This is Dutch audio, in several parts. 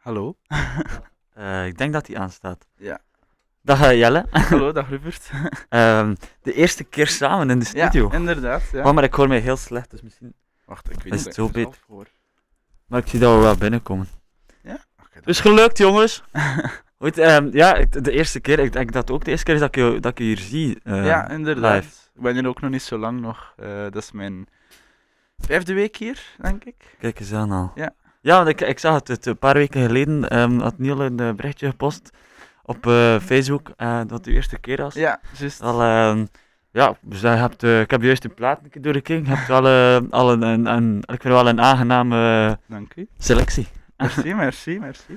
Hallo? Ik denk dat die aanstaat. Ja. Dag Jelle. Hallo, dag Rupert. De eerste keer samen in de studio. Ja, inderdaad. Ja. Oh, maar ik hoor mij heel slecht, dus misschien... Wacht, ik weet Is niet het of zo ik mezelf hoor. Maar ik zie dat we wel binnenkomen. Ja? Oké, Dus gelukt, jongens. Goed, de eerste keer, ik denk dat het ook de eerste keer is dat ik je hier zie. ja, inderdaad. live. Ik ben hier ook nog niet zo lang nog. Dat is mijn 5e week hier, denk ik. Kijk eens aan al. Ja. Ja, want ik zag het een paar weken geleden, had Niel een berichtje gepost op Facebook, dat het de eerste keer was. Ja, juist. Al, ja, dus ik heb juist de plaat een keer doorgekeken. Je hebt al ik vind wel een aangename Dank u. selectie. Merci.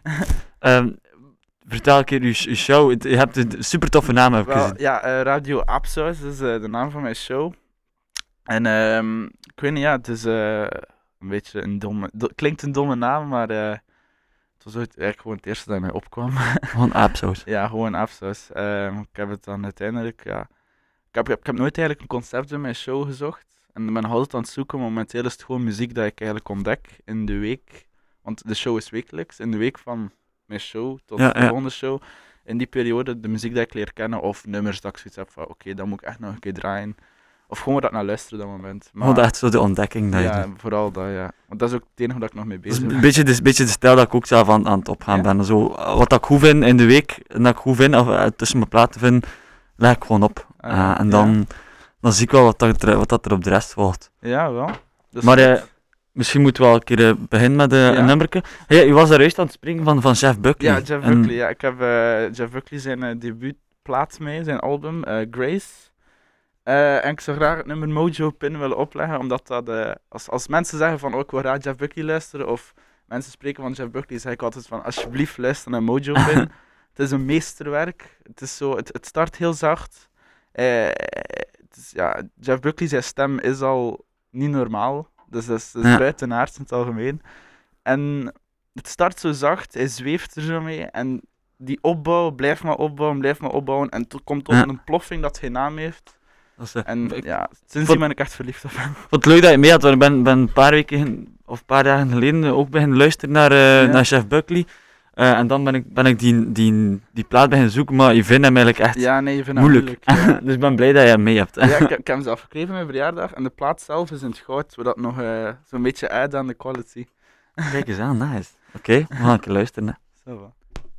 Vertel een keer uw show. Je hebt een super toffe naam, heb ik Wel, gezien. ja, Radio Absaus is de naam van mijn show. En ik weet niet, ja, het is een beetje een domme... klinkt een domme naam, maar het was ooit eigenlijk gewoon het eerste dat mij opkwam. Gewoon aapsaus. Ja, gewoon Absaus. Ik heb het dan uiteindelijk, ja... Ik heb nooit eigenlijk een concept in mijn show gezocht. En ik ben nog altijd aan het zoeken. Momenteel is het gewoon muziek dat ik eigenlijk ontdek in de week. Want de show is wekelijks. In de week van mijn show tot Ja, de ja. volgende show. In die periode de muziek dat ik leer kennen. Of nummers dat ik zoiets heb van, oké, dat moet ik echt nog een keer draaien. Of gewoon waar dat ik naar luister op dat moment. Maar, Gewoon echt zo de ontdekking dat je ja, doet. vooral dat, ja. Want dat is ook het enige dat ik nog mee Dat is bezig ben. een beetje de stijl dat ik ook zelf aan het opgaan Ja. ben. Zo, wat dat ik goed vind in de week, en dat ik goed vind, of tussen mijn platen vind, leg ik gewoon op. En dan zie ik wel wat dat er op de rest volgt. Ja, wel. Dus Maar misschien moeten we wel een keer beginnen met een nummerke. Hey, je was daar juist aan het springen van Jeff Buckley. Ja, Jeff En- Buckley. Ja. Ik heb Jeff Buckley zijn debuutplaat mee, zijn album, Grace. En ik zou graag het nummer Mojo Pin willen opleggen, omdat dat, als mensen zeggen van, oh, ik wil graag Jeff Buckley luisteren, of mensen spreken van Jeff Buckley, zeg ik altijd van, alsjeblieft luister naar Mojo Pin. Het is een meesterwerk. Het is zo, het start heel zacht. Ja, Jeff Buckley, zijn stem is al niet normaal. Dus dat is Ja. buitenaards in het algemeen. En het start zo zacht, hij zweeft er zo mee. En die opbouw, blijft maar opbouwen. En het komt tot Ja. een ontploffing dat geen naam heeft. dat is, En ik ja, sindsdien ben ik echt verliefd op hem. vond het leuk dat je mee had, want ik ben een paar weken of een paar dagen geleden ook beginnen luisteren naar Jeff Buckley. En dan ben ik die plaat beginnen zoeken, maar je vindt hem eigenlijk echt Ja, nee, je vindt hem moeilijk. moeilijk. Ja. Dus ik ben blij dat je hem mee hebt. Ja, ik heb hem zelf gekregen op mijn verjaardag. En de plaat zelf is in het goud, zodat nog zo'n beetje uit aan de quality. Kijk eens aan, nice. Oké, we gaan een keer luisteren. Hè. Zo wel.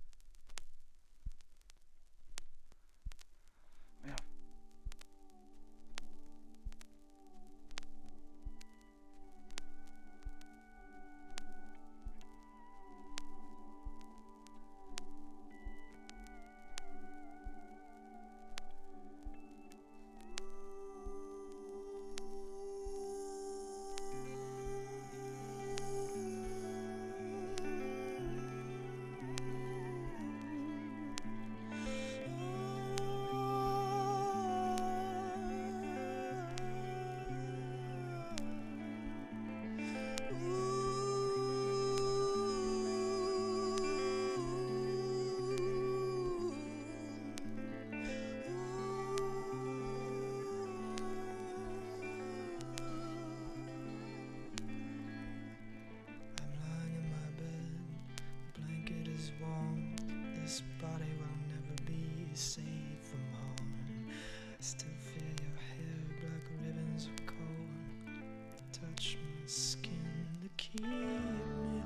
I'm lying in my bed, the blanket is warm. This body will never be safe from harm. I still feel your hair, black ribbons of cold. Touch my skin to keep me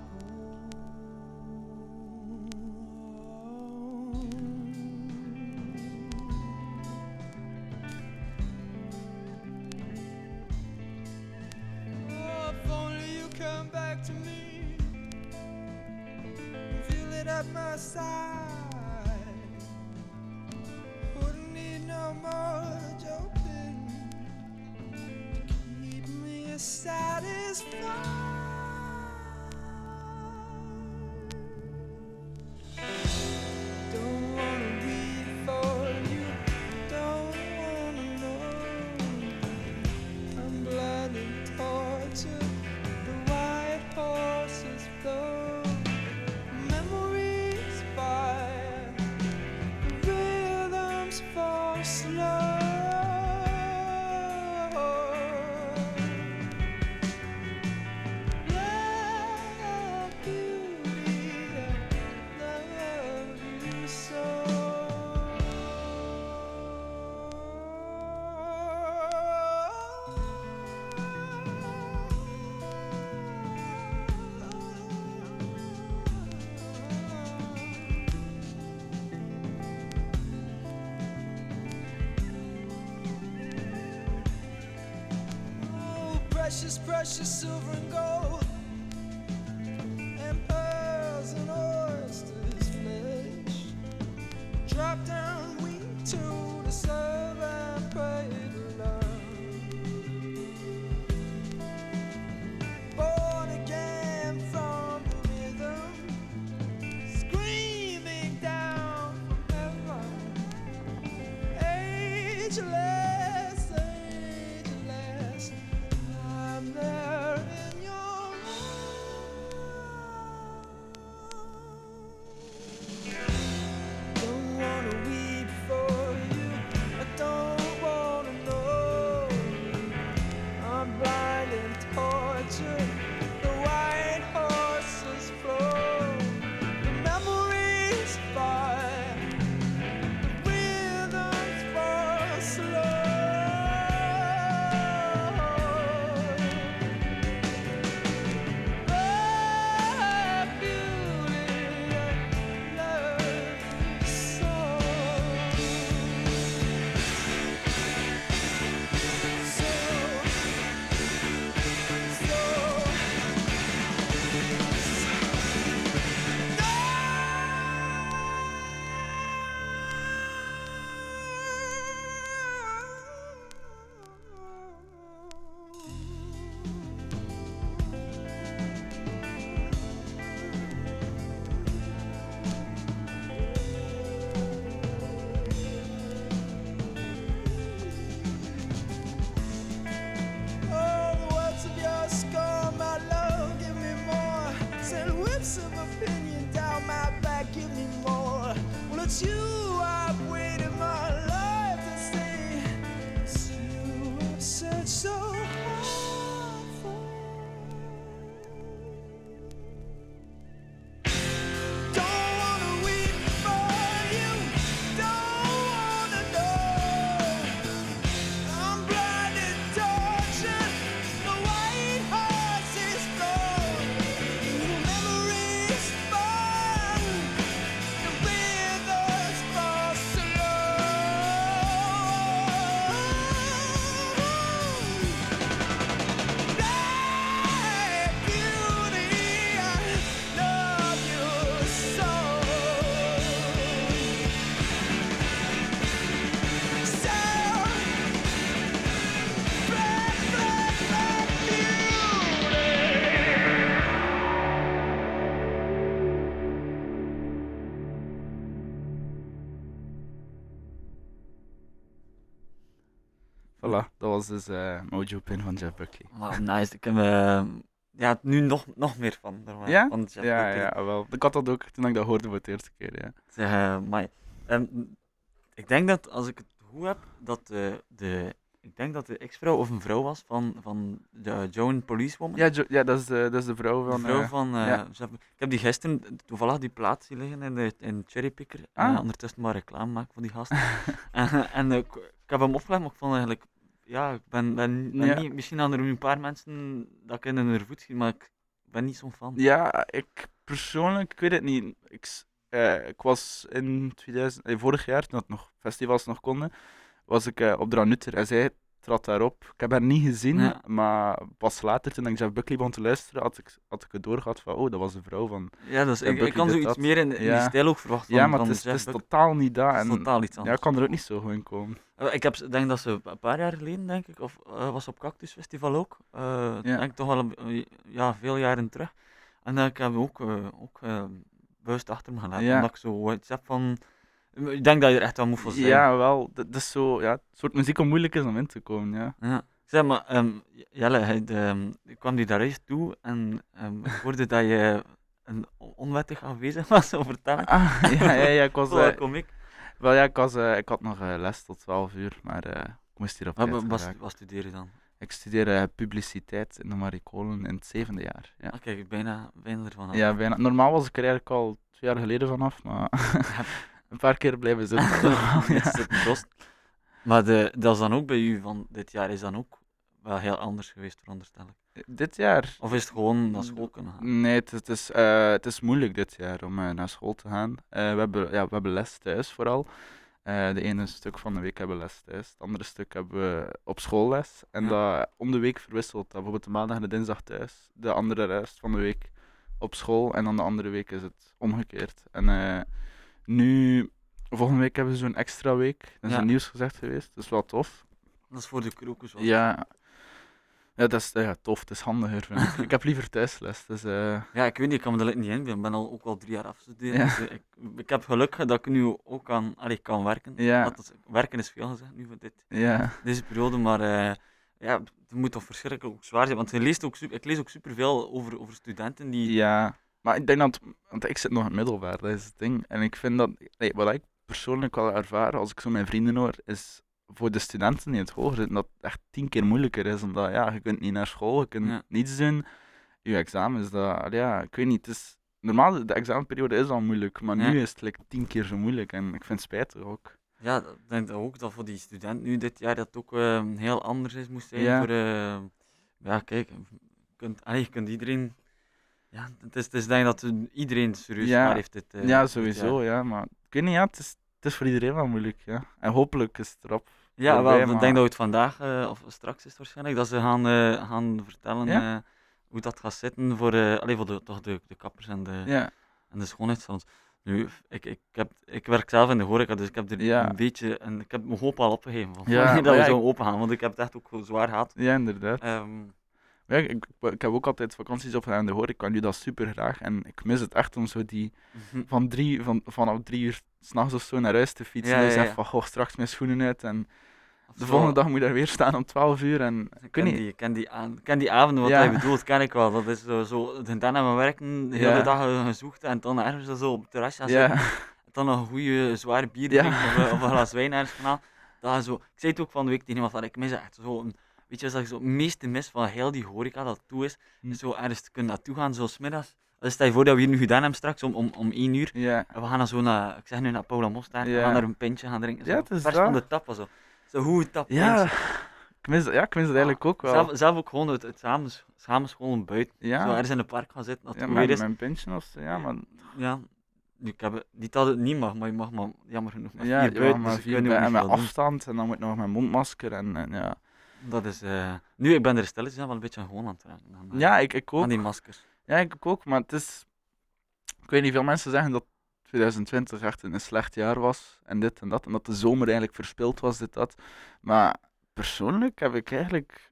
whole. Oh, if only you come back to me. Feel it at my side. Wouldn't need no more joking. Keep me satisfied. Don't wanna read for you. Don't wanna know. I'm blind and tortured. The white horses flow. Memories fire. The rhythms fall slow. precious silver and gold, and pearls and oysters flesh. Drop down wheat to the serve and pray to love. Born again from the rhythm, screaming down from heaven. Ageless, ageless, I'm there in your arms. Don't wanna weep for you, I don't wanna know. I'm blind and tortured, the white horses flow. The memories fire, the rhythms fall slow. Oh, beauty, I love you so. Oh, the words of your scorn, my love, give me more. Send whips of opinion down my back, give me more. Well, it's you I've waited my life to see. It's you I've searched so hard for. Don't wanna weep for you, don't wanna know. I'm blinded, tortured, the white horse is gone. The memories fun, the rivers fall slow. Hey, beauty, I love you so. So black, black, black beauty. Voilà, dat was dus Mojo Pin van Jeff Buckley. Wow, nice. Ik heb ja, nu nog meer van. Ja? Van Jeff Ja, Buckley. ja, wel. Ik had dat ook toen ik dat hoorde voor de eerste keer, ja. Zeg, maar ik denk dat, als ik het goed heb, dat ik denk dat de ex-vrouw of een vrouw was van de Joan Policewoman. Ja, ja, dat is de vrouw De van... vrouw van ja. ik heb die gisteren toevallig die plaat zien liggen in Cherrypicker. Ondertussen maar reclame maken voor die gast. en ik heb hem opgelegd, maar ik vond eigenlijk... Ja, ik ben Ja. niet... Misschien aan er een paar mensen dat ik in hun voet schiet, maar ik ben niet zo'n fan. Ja, ik persoonlijk, ik weet het niet. Ik was in vorig jaar, toen het nog festivals nog konden, was ik op de Ranutter en zij trad daarop. Ik heb haar niet gezien, Ja. maar pas later, toen ik Jeff Buckley begon te luisteren, had ik het doorgehad van, oh, dat was de vrouw van... Ja, dus Jeff ik Buckley kan dit, zoiets dat. meer in die Ja. stijl ook verwachten Ja, van, maar van het is Jeff Buckley. totaal niet dat. Het is En totaal iets ja, anders. ik kan er ook niet zo goed in komen. Ik denk dat ze een paar jaar geleden, denk ik, of was op Cactus Festival ook. Ja. Denk ik toch wel veel jaren terug. En ik heb ook bewust achter me gelaten, Ja. omdat ik zo iets heb van... Ik denk dat je er echt wel moet voor zijn. Ja, wel. Dat is zo, ja, het soort muziek om moeilijk is om in te komen, ja. Ja. Zeg maar, Jelle, kwam die daar eens toe en ik hoorde dat je een onwettig afwezig was over vertellen. Ja, ik was... Hoe kom ik? Wel ja, ik had nog les tot 12 uur, maar ik moest hier op tijd geraken. Wat studeer je dan? Ik studeer publiciteit in de Marie Kolen in het 7e jaar. Ja, Kijk, bijna ervan af. ja bijna. Normaal was ik er eigenlijk al 2 jaar geleden vanaf, maar een paar keer blijven zitten. Het zit me vast. Maar dat is dan ook bij u van dit jaar is dan ook wel heel anders geweest, veronderstel ik. Dit jaar? Of is het gewoon naar school kunnen gaan? Nee, het is moeilijk dit jaar om naar school te gaan. We hebben les thuis vooral. De ene stuk van de week hebben we les thuis, het andere stuk hebben we op school les. En Ja. dat om de week verwisselt dat. Bijvoorbeeld de maandag en de dinsdag thuis, de andere rest van de week op school. En dan de andere week is het omgekeerd. En nu, volgende week hebben we zo'n extra week. Dat is Ja. een nieuws gezegd geweest, dat is wel tof. Dat is voor de krokus. Ja, ja, dat is tof, het is handiger vind ik. Ik heb liever thuisles, dus Ja, ik weet niet, ik kan me dat niet inbeelden. Ik ben ook al 3 jaar afgestudeerd. Ja. Dus, ik heb geluk dat ik nu ook kan werken. Ja. Dat werken is veel gezegd nu voor ja. deze periode, maar ja, het moet toch verschrikkelijk ook zwaar zijn. Want ik lees ook superveel over studenten die... Ja, maar ik denk dat, want ik zit nog in het middelbaar, dat is het ding. En ik vind dat, wat ik persoonlijk wel ervaar als ik zo mijn vrienden hoor, is voor de studenten die in het hoger zitten, dat het echt 10 keer moeilijker is. Omdat ja, je kunt niet naar school, je kunt Ja. niets doen. Je examen is dat, ja, ik weet niet. Het is, normaal, de examenperiode is al moeilijk, maar Ja. nu is het like 10 keer zo moeilijk. En ik vind het spijtig ook. Ja, ik denk ook dat voor die student nu dit jaar dat ook heel anders is moest zijn. Ja. Voor, ja, kijk, je kunt iedereen... Ja, het is denk ik dat iedereen serieus Ja. zwaar heeft dit Ja, dit sowieso, jaar. ja. Maar ik weet niet, ja, het is voor iedereen wel moeilijk, ja. En hopelijk is het erop. Ja, voorbij, wel, ik maar- denk dat we het vandaag, of straks is waarschijnlijk, dat ze gaan vertellen Ja. hoe dat gaat zitten voor, voor de kappers en Ja, de schoonheidssalons. Nu, ik werk zelf in de horeca, dus ik heb er Ja. een beetje, en ik heb mijn hoop al opgegeven van Ja, wanneer dat maar we ja, zo open gaan, want ik heb het echt ook zwaar gehad. ja, inderdaad. Ehm, Ja, ik heb ook altijd vakanties opgedaan in de horeca, ik kan nu dat super graag. En ik mis het echt om zo die vanaf 3 uur s'nachts of zo naar huis te fietsen. Ja, En je ja, zegt ja. van, goh, straks mijn schoenen uit. En de zo- volgende dag moet je daar weer staan om 12 uur. En ik weet niet. Ik ken die avonden, wat Ja. hij bedoelt, ken ik wel. Dat is zo daarna mijn werken, de hele Ja. dag gezocht en dan ergens zo op het terrasje gaan Ja, zitten. Dan nog een goede zware bier Ja. drinken of een glas wijn ergens gaan halen. Dat je zo, ik zei het ook van de week tegen iemand van, ik mis echt zo een, weet je, dat ik zo het meeste mis van heel die horeca dat toe is, is zo ergens te kunnen naartoe gaan, zo 's middags. Dus stel je voor dat we hier nu gedaan hebben straks om 1 uur. ja. En we gaan dan zo naar, ik zeg nu naar Paula Mostaert, we Ja. gaan daar een pintje gaan drinken. Zo, Ja, het is vers dat. van de tap, zo. Zo goed tap. Ja, ik mis het eigenlijk ook wel. Zelf ook gewoon het samen gewoon buiten. Ja. Zo ergens in het park gaan zitten, dat Ja, het goed weer is. mijn pintje of zo, ja, maar... Ja, ik heb niet dat het niet mag, maar je mag maar jammer genoeg maar Ja, 4 buiten, maar dus ik 4 kan nu ook en niet met veel doen. afstand en dan moet nog mijn mondmasker en ja. Dat is, nu, ik ben er stilletjes aan wel een beetje gewoon aan het raken. Aan, Ja, ik ook. aan die maskers. Ja, ik ook, maar het is... Ik weet niet, veel mensen zeggen dat 2020 echt een slecht jaar was, en dit en dat, en dat de zomer eigenlijk verspild was, dit, dat. Maar persoonlijk heb ik eigenlijk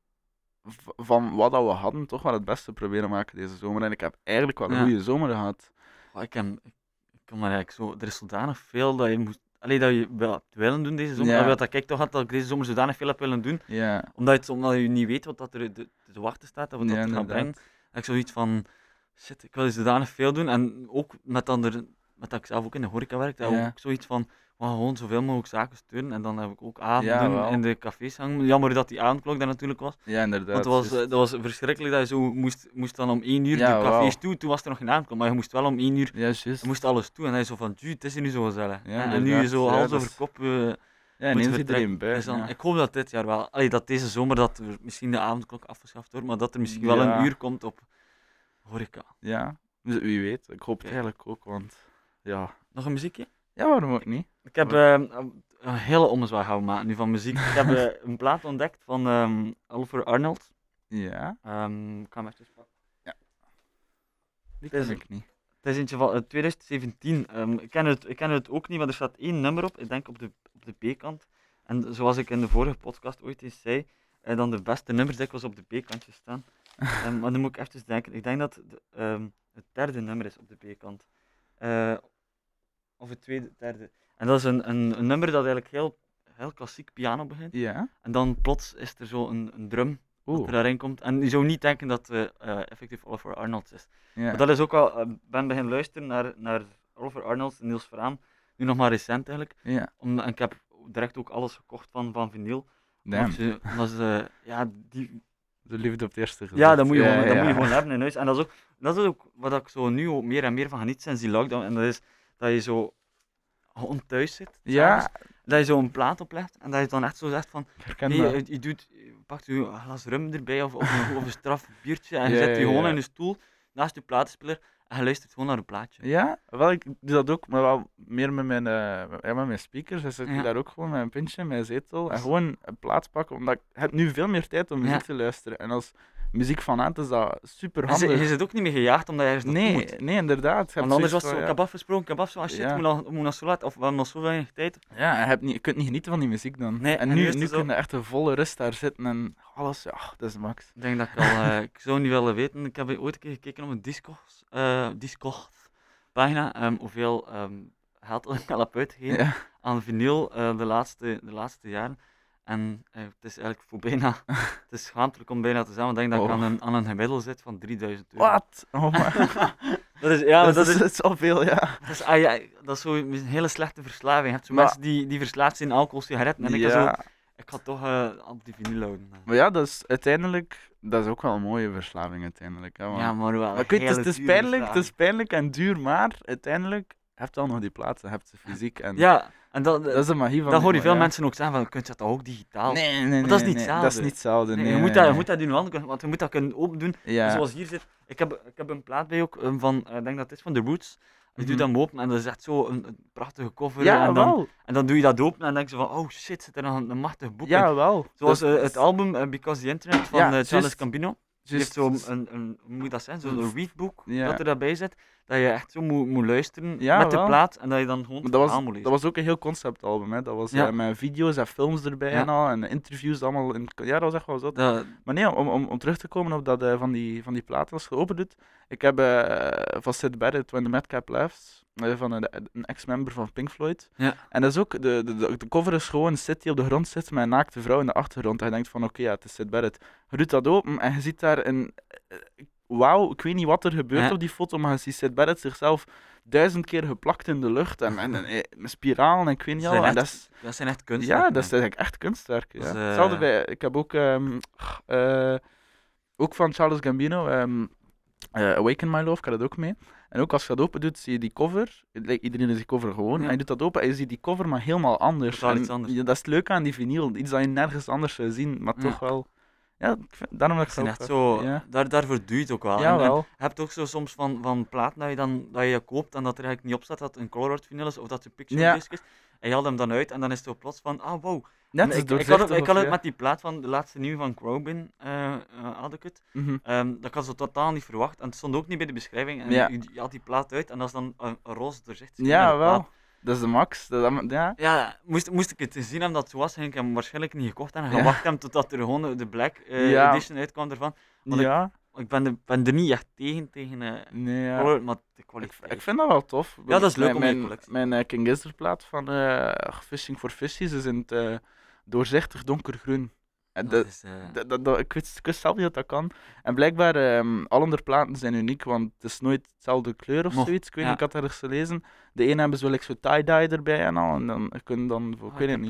van wat dat we hadden, toch wel het beste proberen maken deze zomer. En ik heb eigenlijk wel een Ja. goede zomer gehad. Oh, ik kan maar eigenlijk zo, er is zodanig veel dat je moet, dat je wel hebt willen doen deze zomer. Ja. Wat dat ik toch had, dat ik deze zomer zodanig veel heb willen doen, Ja, omdat je niet weet wat dat er te wachten staat, of wat dat ja er gaat inderdaad. brengen. En ik zoiets van, shit, ik wil zodanig veel doen. En ook met dat ik zelf ook in de horeca werkte, heb ik Ja. ook zoiets van, we gaan gewoon zoveel mogelijk zaken steunen. En dan heb ik ook Ja, avonden wel. in de cafés hangen. Jammer dat die avondklok daar natuurlijk was. Ja, inderdaad. Want juist. dat was verschrikkelijk dat je zo moest dan om 1 uur Ja, de cafés wauw. toe. Toen was er nog geen avondklok, maar je moest wel om 1 uur, Ja, juist. je moest alles toe. En dan je zo van, "Tju, het is hier nu zo gezellig." Ja, en nu je inderdaad. zo Ja, hals dat over is- kop Ja, moet ineens vertrekken. iedereen bij. Dus dan, Ja. ik hoop dat dit jaar wel, dat deze zomer dat er misschien de avondklok afgeschaft wordt, maar dat er misschien wel Ja. een uur komt op horeca. Ja, dus wie weet. Ik hoop het Oké. eigenlijk ook, want ja. Nog een muziekje? Ja, waarom ook niet? Ik heb een hele ommezwaai gaan maken nu van muziek. Ik heb een plaat ontdekt van Oliver Arnold. Ja, Ik ga hem even pakken. die Het is- ken ik niet. Het is eentje van 2017. Ik ken het ook niet, maar er staat 1 nummer op. Ik denk op de B-kant. En zoals ik in de vorige podcast ooit eens zei, dan de beste nummers dikwijls op de B-kantje staan. Maar dan moet ik even denken. Ik denk dat het 3e nummer is op de B-kant. Of het derde. En dat is een nummer dat eigenlijk heel klassiek piano begint. Ja? En dan plots is er zo een drum dat Oeh. er daarin komt. En je zou niet denken dat effectief Oliver Arnold is. Ja. Maar dat is ook al, ben beginnen luisteren naar Oliver Arnold en Niels Veraan. Nu nog maar recent eigenlijk. Ja. En ik heb direct ook alles gekocht van vinyl. Damn. Omdat ze, ja, De liefde op het eerste gezicht. ja, dat moet je gewoon, Ja, dat ja. moet je gewoon hebben in huis. En dat is ook wat ik zo nu ook meer en meer van geniet sinds die lockdown. En dat is dat je zo gewoon thuis zit. Ja, s'avonds, dat je zo een plaat oplegt en dat je dan echt zo zegt van, ik herken nee, dat. je pakt je een glas rum erbij of een straf biertje en je Ja, zet je ja, gewoon ja. in je stoel naast je platenspeler en je luistert gewoon naar een plaatje. Ja, wel, ik doe dat ook, maar wel meer met met mijn speakers. Dus zit ik Ja. daar ook gewoon met een pintje in mijn zetel en gewoon een plaats pakken, omdat ik heb nu veel meer tijd om muziek Ja. te luisteren. En als muziekfanaat is dat super En je handig. zit ook niet meer gejaagd omdat je ergens naartoe moet. Nee, inderdaad. Je hebt Want anders was zoiets het zo, van, ik heb afgesproken, ik heb afgesproken, ah shit, Ja. moet nog zo laat, of we hebben nog zo weinig tijd. Ja, je kunt niet genieten van die muziek dan. Nee, en en nu nu, is het nu zo- kun je echt een volle rust daar zitten en alles, ja, dat is max. Ik denk dat ik al, ik zou niet willen weten, ik heb ooit een keer gekeken op een Discord pagina, hoeveel geld ik al heb uitgegeven Ja. aan vinyl de laatste jaren. En het is eigenlijk voor bijna, het is schaamtelijk om bijna te zeggen, want ik denk dat ik Oh. aan een gemiddelde zit van €3000. Wat? Oh, maar. Dat is, ja, maar dat is al veel, ja. dat is, dat is zo een hele slechte verslaving. Je hebt zo Maar- mensen die verslaafd zijn aan alcohol, sigaretten, en ik, zo, Ja. ik ga toch op die vinyl houden. Maar ja, dat is uiteindelijk, dat is ook wel een mooie verslaving uiteindelijk. Hè, want- Ja, maar wel. Maar ik weet, hele het is dure pijnlijk, het verslaving. is pijnlijk en duur, maar uiteindelijk heb je al nog die plaatsen, heb je fysiek. En Ja, en dat dat is de magie van dan hoor je die- veel ja. mensen ook zeggen van, kun je dat ook digitaal? Nee, nee, dat is nee, niet nee, hetzelfde. dat is niet hetzelfde. Nee, Nee, je, moet nee, dat, je nee. moet dat in je handen kunnen, want je moet dat kunnen open doen. Ja. Zoals hier zit. Ik heb een plaat bij ook van, ik denk dat het is van The Roots. Je doet Mhm. dat open en dat is echt zo een prachtige cover. Ja, en, dan, wel. en dan doe je dat open en dan denk je van, oh shit, zit er nog een machtig boek in. Ja, wel. Zoals Dat is- het album Because the Internet van Ja, Charles juist. Gambino. Die heeft juist- zo hoe moet je dat zijn? Zo'n Een- readbook ja. dat er daarbij zit. Dat je echt zo moet luisteren Ja, met de wel. plaat en dat je dan gewoon Maar het dat verhaal was, moet dat lezen. was ook een heel conceptalbum, hè. Dat was Ja. met video's en films erbij Ja. en al, en interviews allemaal. Ja, dat was echt wel zo. Dat- Maar nee, om terug te komen op dat van die platen, als je open doet. Ik heb van Syd Barrett, When the Madcap Laughs, van een ex-member van Pink Floyd. Ja. En dat is ook, de cover is gewoon Syd die op de grond zit met een naakte vrouw in de achtergrond. En je denkt van, oké, ja, het is Syd Barrett. Je doet dat open en je ziet daar een... Wauw, ik weet niet wat er gebeurt Ja. op die foto, maar je ziet Syd Barrett zichzelf 1000 keer geplakt in de lucht. En een spiraal en ik weet niet Zijn al. En echt dat zijn echt kunstwerken. ja, dat hè. zijn eigenlijk echt kunstwerken. Ja. Dat is, Hetzelfde bij, ik heb ook van Charles Gambino, Awaken My Love, ik had dat ook mee. En ook als je dat open doet, zie je die cover. Iedereen is die cover gewoon. Ja. En je doet dat open en je ziet die cover, maar helemaal anders. Totaal En iets anders. ja, dat is het leuke aan die vinyl. Iets dat je nergens anders zou zien, maar Ja. toch wel... Ja, daarom dat ik Dat zijn dat echt ook, zo, ja. daarvoor doe je het ook wel. Ja, En wel. je hebt ook zo soms van platen dat je koopt en dat er eigenlijk niet op staat dat het een colored vinyl is of dat het een picture Ja. disc is. En je haalt hem dan uit en dan is het zo plots van, ah wow. Ja, En het is ik had het, doorzichtig ik had of- het met die plaat van de laatste nieuwe van Crowbin, had ik het. Mhm. Dat ik had zo totaal niet verwacht. En het stond ook niet bij de beschrijving. En Ja. je had die plaat uit en dat is dan een roze doorzicht. Ja, wel. Dat is de max. Ja. Ja, moest ik het zien hebben dat het zo was, ging ik hem waarschijnlijk niet gekocht en Ja. gewacht hebben totdat er gewoon de Black Ja. Edition uitkwam ervan. Want Ja. Ik ben er niet echt tegen Nee, ja. color, maar de Ik kwaliteit. vind dat wel tof. Ja, dat is leuk om in je mijn, collectie. mijn King Gizzard plaat van Fishing for Fishies is in het doorzichtig donkergroen. En Dat is, ik wist zelf niet dat dat kan. En blijkbaar, alle andere platen zijn uniek, want het is nooit hetzelfde kleur of Nog, zoiets. Ik weet ja. niet, ik had ergens gelezen. De ene hebben zo like, zo tie-dye erbij en al. En dan kunnen dan, ik weet het niet.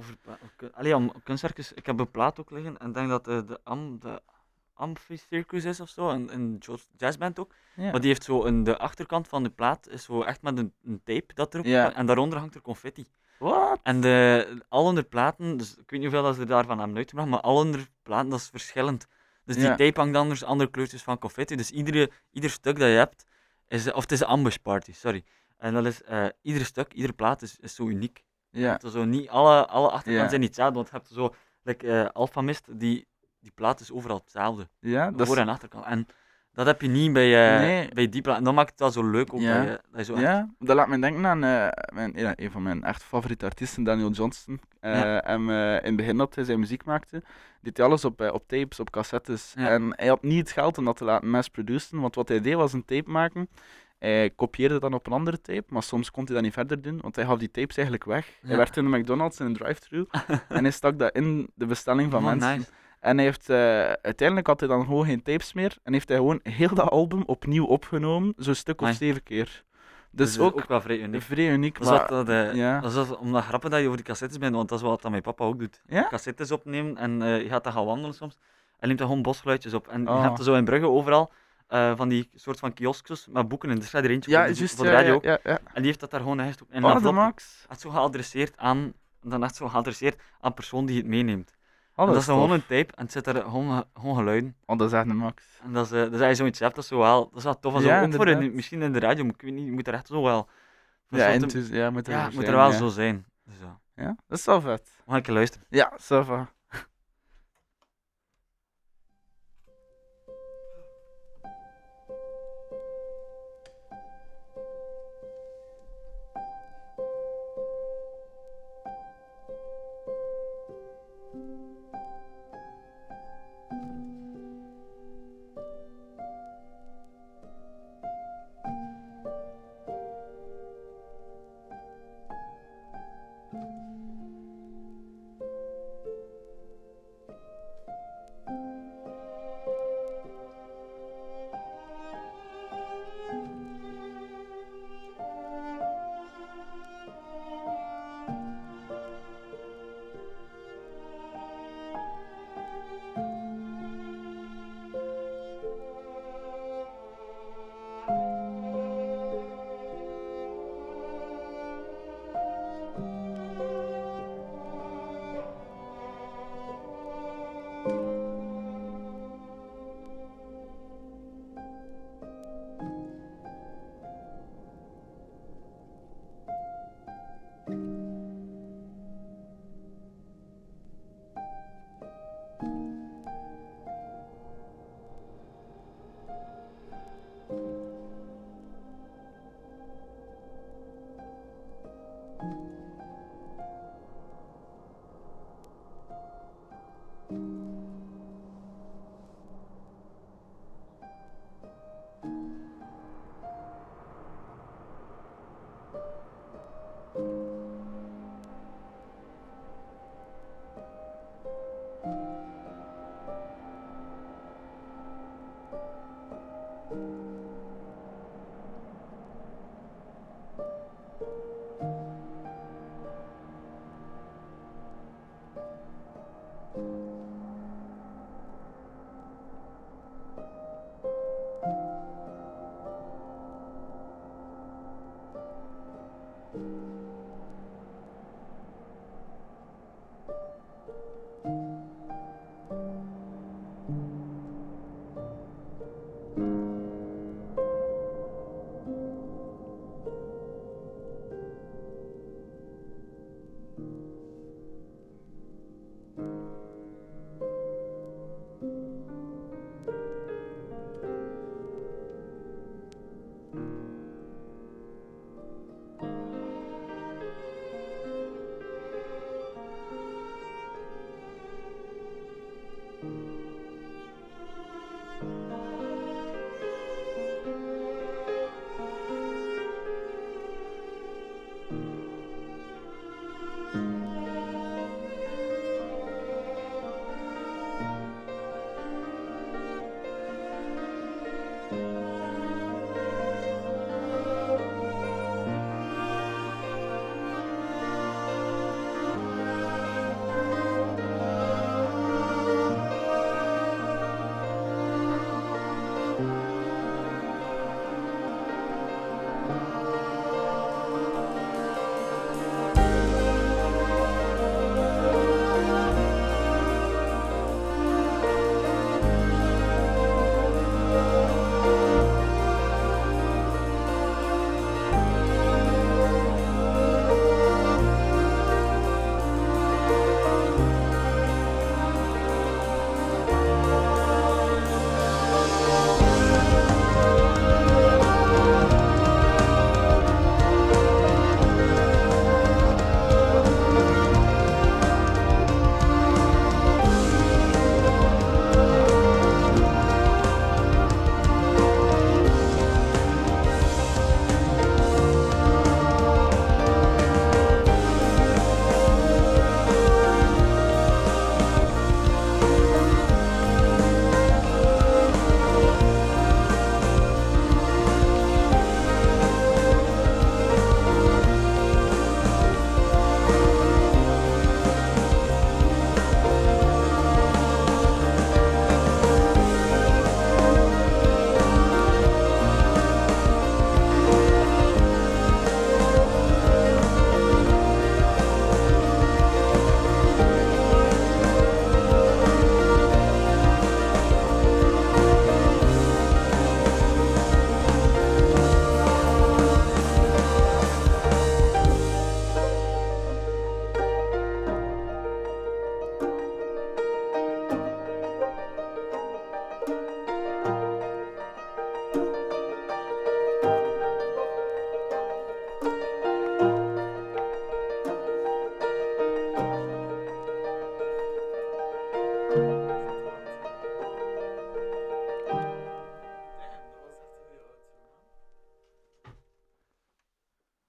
Om kunstwerkjes, ik heb een plaat ook liggen en ik denk dat de Amphicircus is of zo, een jazzband ook. Ja. Maar die heeft zo de achterkant van de plaat is zo echt met een tape dat erop Ja. kan, en daaronder hangt er confetti. Wat? En alle andere platen, dus ik weet niet hoeveel dat ze daarvan hebben uitgebracht, maar alle andere platen, dat is verschillend. Dus die Ja. tape hangt anders, andere kleurtjes van confetti. Dus ieder stuk dat je hebt, of het is een ambush party, sorry. En dat is, ieder stuk, iedere plaat is zo uniek. Ja. Het is zo niet, alle achterkanten Ja. zijn niet hetzelfde, want je hebt zo, like, Alphamist, die plaat is overal hetzelfde. Ja, dat Voor- is... en achterkant. En dat heb je niet bij, Nee. bij die plaat. En dat maakt het wel zo leuk ook, Ja. dat je zo echt... Ja, dat laat me denken aan een van mijn echt favoriete artiesten, Daniel Johnston. Ja. En in het begin dat hij zijn muziek maakte, deed hij alles op tapes, op cassettes. Ja. En hij had niet het geld om dat te laten mass-produceren, want wat hij deed was een tape maken. Hij kopieerde dan op een andere tape, maar soms kon hij dat niet verder doen, want hij gaf die tapes eigenlijk weg. Ja. Hij werkte in de McDonald's in een drive-thru en hij stak dat in de bestelling van Oh, mensen. nice. En hij heeft, uiteindelijk had hij dan gewoon geen tapes meer en heeft hij gewoon heel dat album opnieuw opgenomen, zo'n stuk of Nice. 7 keer. Dus Dus ook wel vrij uniek. vrij uniek, Dat is maar... wat ja. dat is om dat grappen dat je over die cassettes bent, want dat is wat dat mijn papa ook doet. Ja? Cassettes opnemen en je gaat dan gaan wandelen soms. En neemt dan gewoon bosgeluidjes op. En je Oh. hebt er zo in Brugge overal van die soort van kioskjes met boeken. En er staat er eentje Ja, voor, juist, voor de ja, radio ja, ook. ja, ja. En die heeft dat daar gewoon echt in Oh, een de envelop. max. Echt zo geadresseerd aan, dan echt zo geadresseerd aan de persoon die het meeneemt. En dat is is dan gewoon tof. een tape en het zit er gewoon geluiden. Oh, dat is echt een max. En dat is, dus als je zoiets hebt, dat is wel tof. En zo, Ja, ook voor inderdaad. misschien in de radio, maar ik weet niet, je moet er echt zo wel... voor Ja, zo te- ja, moet er ja, voor het moet zijn, er wel ja. zo zijn. Dus ja, Ja, dat is wel vet. we gaan een keer luisteren. Ja, ça va.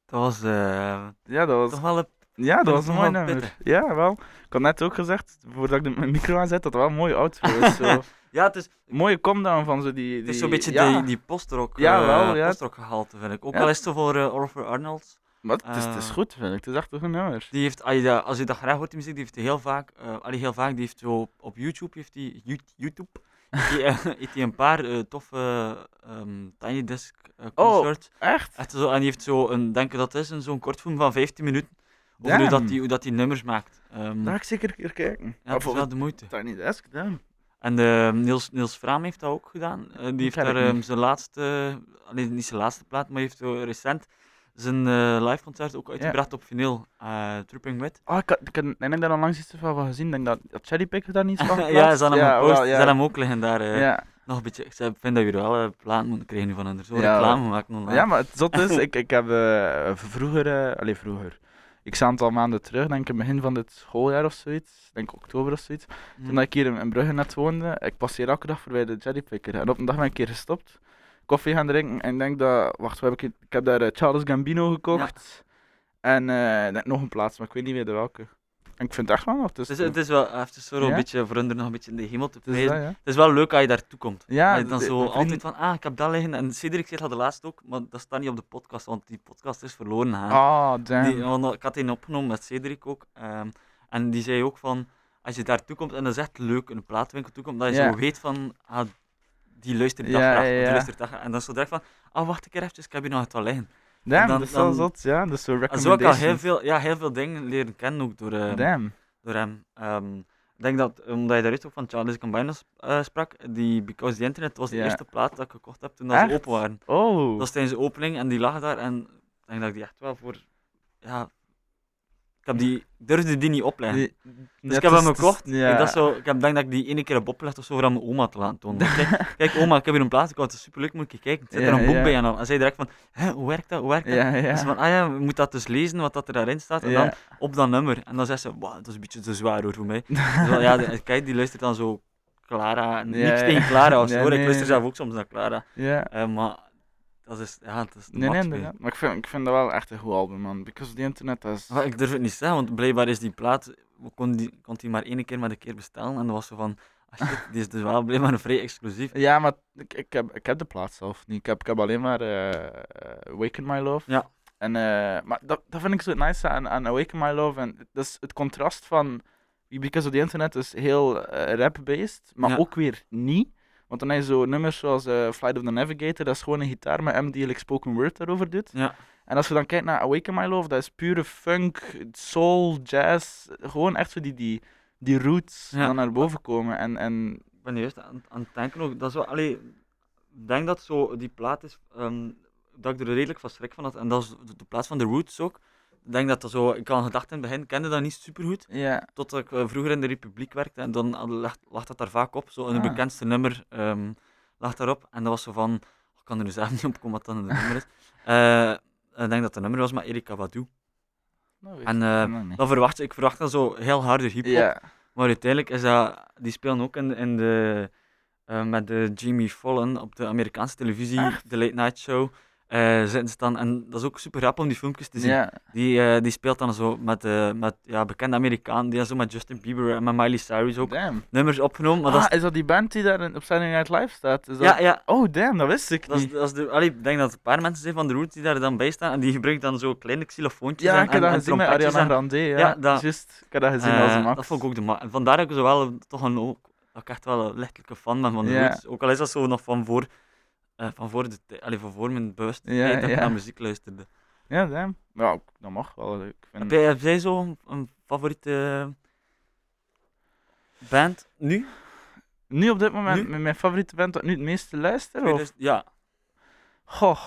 Dat was Ja, dat toch was, wel een... ja, dat was een toch mooi wel nummer. pittig. Ja, wel. Ik had net ook gezegd, voordat ik mijn micro aanzet, dat het wel een mooie outfit is. Zo. Ja, het is Mooie come-down van zo die... het is zo'n beetje ja, die postrock, Ja, wel, ja. postrock gehalte, vind ik. Ook Ja. al is het zo voor Oliver Arnolds. maar het is goed, vind ik. Het is echt een goed nummer. Die heeft, als je dat graag hoort, die muziek, die heeft hij heel vaak, die heeft zo op YouTube, heeft hij een paar toffe Tiny Desk concerts. Echt? Echt zo, en die heeft zo een, denk ik dat is, zo'n kortfilm van 15 minuten, over Damn. hoe dat die nummers maakt. Daar ga ik zeker een keer kijken. Ja, het is wel de moeite. Tiny Desk, damn. En Niels Fraam heeft dat ook gedaan. Die heeft ken ik daar niet. zijn laatste, niet zijn laatste plaat, maar heeft zo recent zijn live concert ook uitgebracht op vinyl, Tripping Wit. Oh, ik heb daar al langs iets van gezien. Ik denk dat Cherry Picker daar niet van Ja, geplaatst. ze hadden hem gepost, wel, ze hadden hem ook liggen daar. ja. Nog een beetje, ik vind dat je er wel plaat moeten krijgen nu van hen. Zo Ja, reclame maken online. Ja, maar het zot is, ik heb vroeger, ik sta een aantal maanden terug, denk ik begin van dit schooljaar of zoiets, denk oktober of zoiets, toen dat ik hier in Brugge net woonde, ik passeer elke dag voorbij de Cherrypicker en op een dag ben ik een keer gestopt, koffie gaan drinken en ik denk dat, wacht, wat heb ik heb daar Charles Gambino gekocht en ik denk nog een plaats, maar ik weet niet meer de welke. En ik vind het echt wel nog, Het is wel even zo Ja? een beetje voor hun er nog een beetje in de hemel te het is prijzen. dat, ja. Het is wel leuk als je daartoe komt. Ja, Dat je dan de- zo de vriend- altijd van, ik heb dat liggen. En Cedric zei dat de laatste ook, maar dat staat niet op de podcast, want die podcast is verloren gegaan. Ah, damn. Want ik had die opgenomen met Cedric ook. En die zei ook van, als je daartoe komt, en dat is echt leuk, een plaatwinkel toekomt, dat je Ja. zo weet van, die luistert dat Ja, graag. ja, Die ja. luistert dat graag. En dan zo direct van, wacht een keer even, ik heb hier nog het wel liggen. Damn, dan- dat is wel dan- zot, ja, dat is zo En zo heb ik al recommendations. heel veel dingen leren kennen ook door Damn. hem. Ik denk dat, omdat je daar juist ook van Charles Gambino sprak, die Because the Internet was de Ja. eerste plaat dat ik gekocht heb toen dat ze Echt? open waren. Oh. Dat was tijdens de opening en die lag daar en ik denk dat ik die echt wel voor... Ja, durfde die niet opleggen. Dus ik heb hem gekocht. Ja. Ik denk dat ik die ene keer heb opgelegd of zo voor aan mijn oma te laten tonen. Kijk oma, ik heb hier een plaat gekocht, het is superleuk, moet je kijken. Er zit Ja, er een boek ja. bij en dan zei direct van, hoe werkt dat, hoe werkt dat? Ja, ja. Dus van, je moet dat dus lezen, wat dat er daarin staat, en Ja. dan op dat nummer. En dan zegt ze, wow, dat is een beetje te zwaar hoor voor mij. Dus wel, kijk, die luistert dan zo Clara, niks ja. tegen Clara of zo, Nee, hoor. Ik nee, luister nee. zelf ook soms naar Clara. Ja. Maar dat is de Nee, max bij. inderdaad. Maar ik vind dat wel echt een goed album, man. Because the Internet, dat is... Maar ik durf het niet zeggen, want blijkbaar is die plaat, kon die maar één keer met een keer bestellen. En dat was zo van, shit, die is dus wel blijkbaar een vrij exclusief. Ja, maar ik heb de plaat zelf niet. Ik heb alleen maar Awaken My Love. Ja. En, maar dat vind ik zo nice aan Awaken My Love. En dat is het contrast van... Because of the Internet is heel rap-based, maar Ja. ook weer niet. Want dan heb je zo nummers zoals Flight of the Navigator, dat is gewoon een gitaar met M die like spoken word daarover doet. Ja. En als je dan kijkt naar Awaken My Love, dat is pure funk, soul, jazz, gewoon echt zo die roots Ja. dan naar boven komen. En Ik ben juist aan het denken ook, dat is wel, ik denk dat zo die plaat is, dat ik er redelijk van schrik van had. En dat is de plaats van The Roots ook. Ik denk dat dat zo, ik had gedacht in het begin, kende dat niet super goed. ja, Totdat ik vroeger in de Republiek werkte en dan lag dat daar vaak op. Zo een Ah. bekendste nummer lag daarop. En dat was zo van, ik kan er nu zelf niet op komen wat dan het nummer is. Ik denk dat het nummer was met Erykah Badu. En ik verwacht dan zo heel harde hip-hop. ja, Maar uiteindelijk is die spelen ook met de Jimmy Fallon op de Amerikaanse televisie, Echt? de Late Night Show. Zitten ze dan, en dat is ook super grappig om die filmpjes te zien. ja, Die speelt dan zo met bekende Amerikanen, die dan zo met Justin Bieber en met Miley Cyrus ook damn. nummers opgenomen. Maar dat Is dat die band die daar op Saturday Night Live staat? Is is, dat... ja, Oh, damn, dat wist ik dat is, niet. dat is ik denk dat het een paar mensen zijn van The Roots die daar dan bij staan en die gebruiken dan zo kleine xylofoontjes Ja, en, ik heb dat en gezien met trompetjes Ariana en- Grande, ja. Ja, dat- Juist, ik heb dat gezien als een max. Dat vond ik ook de max. En vandaar heb ik zo wel toch dat ik echt wel een lichtelijke fan ben van de Ja. Roots. Ook al is dat zo nog van voor mijn bewustheid dat ik Ja. naar muziek luisterde. Ja, damn. Ja, dat mag wel. Ik vind... Heb jij zo een favoriete band nu? Nu op dit moment, Nu? met mijn favoriete band dat ik nu het meeste luister? Of? Ja. Goh,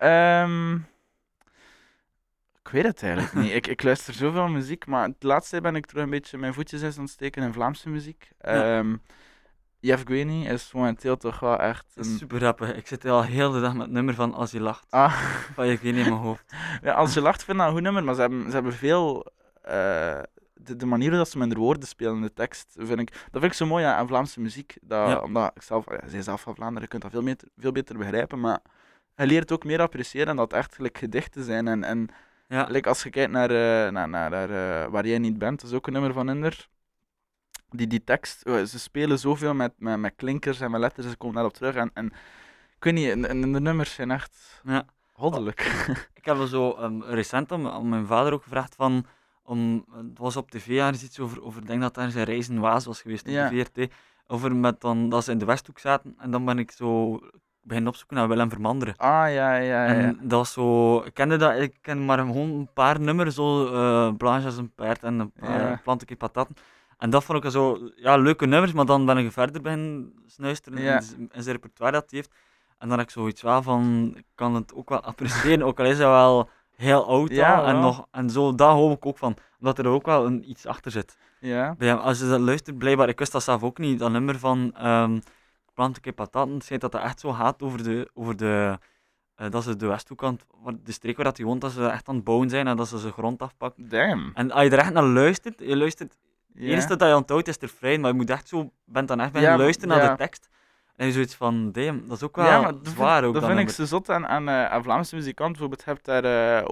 ik weet het eigenlijk niet. Ik luister zoveel muziek, maar de laatste tijd ben ik terug een beetje mijn voetjes eens aan het steken in Vlaamse muziek. Ja. Jeff Gueni is momenteel toch wel echt Dat is een... super grappig. Ik zit al heel de dag met het nummer van Als je lacht. Ah, Van je weet niet in mijn hoofd. ja, als je lacht vind ik dat een goed nummer, maar ze hebben veel... de manier dat ze met de woorden spelen in de tekst, dat vind ik zo mooi aan Vlaamse muziek. Ja. Omdat ik zelf, zij is zelf van Vlaanderen, je kunt dat veel beter begrijpen, maar je leert ook meer appreciëren dat het echt gelijk gedichten zijn. En Ja. Like als je kijkt naar Waar jij niet bent, dat is ook een nummer van Inder. Die tekst, ze spelen zoveel met klinkers en met letters, ze komen daarop terug. En ik weet niet, en de nummers zijn echt Ja. goddelijk. Ik heb wel zo recent aan mijn vader ook gevraagd van... het was op tv ergens iets over ik denk dat daar zijn Reizen Waas was geweest op Ja. de VRT. Over dat ze in de Westhoek zaten. En dan ben ik zo beginnen opzoeken naar Willem Vermanderen. Ah, ja. En dat was zo... Ik ken maar gewoon een paar nummers, zo Blanche als een paard en een paar Ja. plantenke patatten. En dat vond ik zo, ja, leuke nummers, maar dan ben ik verder beginnen snuisteren Ja. in zijn repertoire dat hij heeft. En dan heb ik zoiets wel van, ik kan het ook wel appreciëren, ook al is hij wel heel oud Ja, al, wel. en zo, daar hou ik ook van. Omdat er ook wel iets achter zit. Ja. Bij hem, als je dat luistert, blijkbaar, ik wist dat zelf ook niet, dat nummer van plantenke patatten, schijnt dat echt zo gaat over de dat ze de Westhoek de streek waar dat hij woont, dat ze echt aan het bouwen zijn en dat ze zijn grond afpakken. Damn. En als je er echt naar luistert, het Ja. eerste dat je onthoudt is er vrij, maar je moet echt zo, bent dan echt bij Ja, luisteren naar ja. de tekst. En je zoiets van, damn, dat is ook wel Ja, maar zwaar ook. dat vind ik zo zot aan Vlaamse muzikanten. Bijvoorbeeld, je hebt daar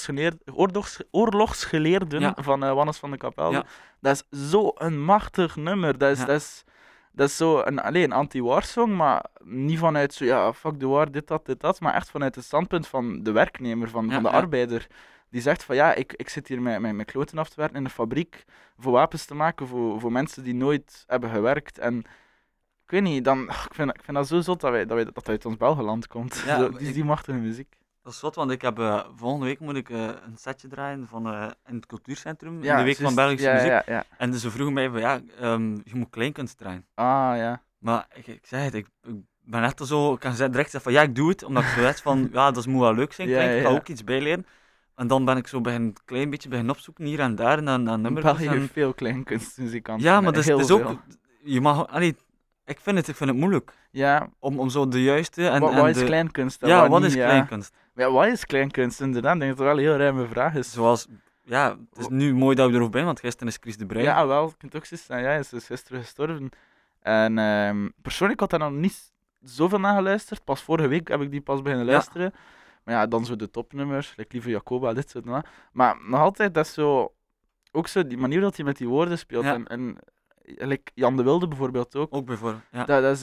oorlogsgeleerden Ja. van Wannes van de Kapel. Ja. Dat is zo'n machtig nummer. Dat is, Ja. dat is zo een anti-war song, maar niet vanuit zo, ja, fuck de war, dit, dat, maar echt vanuit het standpunt van de werknemer, van de Ja. arbeider. Die zegt van, ja, ik zit hier met mijn kloten af te werken in een fabriek voor wapens te maken voor mensen die nooit hebben gewerkt. En ik weet niet, ik vind dat zo zot dat uit ons Belgeland komt. Ja, Zo, maar die machtige muziek. Dat is zot, want ik heb volgende week moet ik een setje draaien van, in het cultuurcentrum, in Ja, de Week van juist. Belgische Muziek. Ja. En ze vroegen mij van, ja, je moet kleinkunst draaien. Ah, ja. Maar ik zei het, ik ben echt zo, ik kan direct zeggen van, ja, ik doe het, omdat ik zo weet van, ja, dat moet wel leuk zijn, Ja, ik ga ja. ook iets bijleren. En dan ben ik zo een klein beetje beginnen opzoeken, hier en daar, naar nummers. België heeft veel kleinkunstmuzikanten. Ja, maar dat Heel is ook, veel. je mag, allee, ik vind het moeilijk, Ja, om zo de juiste... En, wat en is de, kleinkunst? en Ja, wat niet, is ja. kleinkunst? Ja, wat is kleinkunst? Inderdaad, ik denk dat het wel een heel ruime vraag is. Zoals, ja, het is nu mooi dat we erover zijn, want gisteren is Chris de Bruin. Ja, wel, ik kan het ook zo zeggen. Ja, hij is gisteren gestorven. En persoonlijk had hij nog niet zoveel naar geluisterd. Pas vorige week heb ik die pas beginnen Ja. luisteren. Maar ja, dan zo de topnummers, like Lieve Jacoba, dit soort dingen. Maar nog altijd, dat is zo... Ook zo, die manier dat hij met die woorden speelt. Ja. En like Jan de Wilde bijvoorbeeld ook. Ook bijvoorbeeld, ja. Dat is,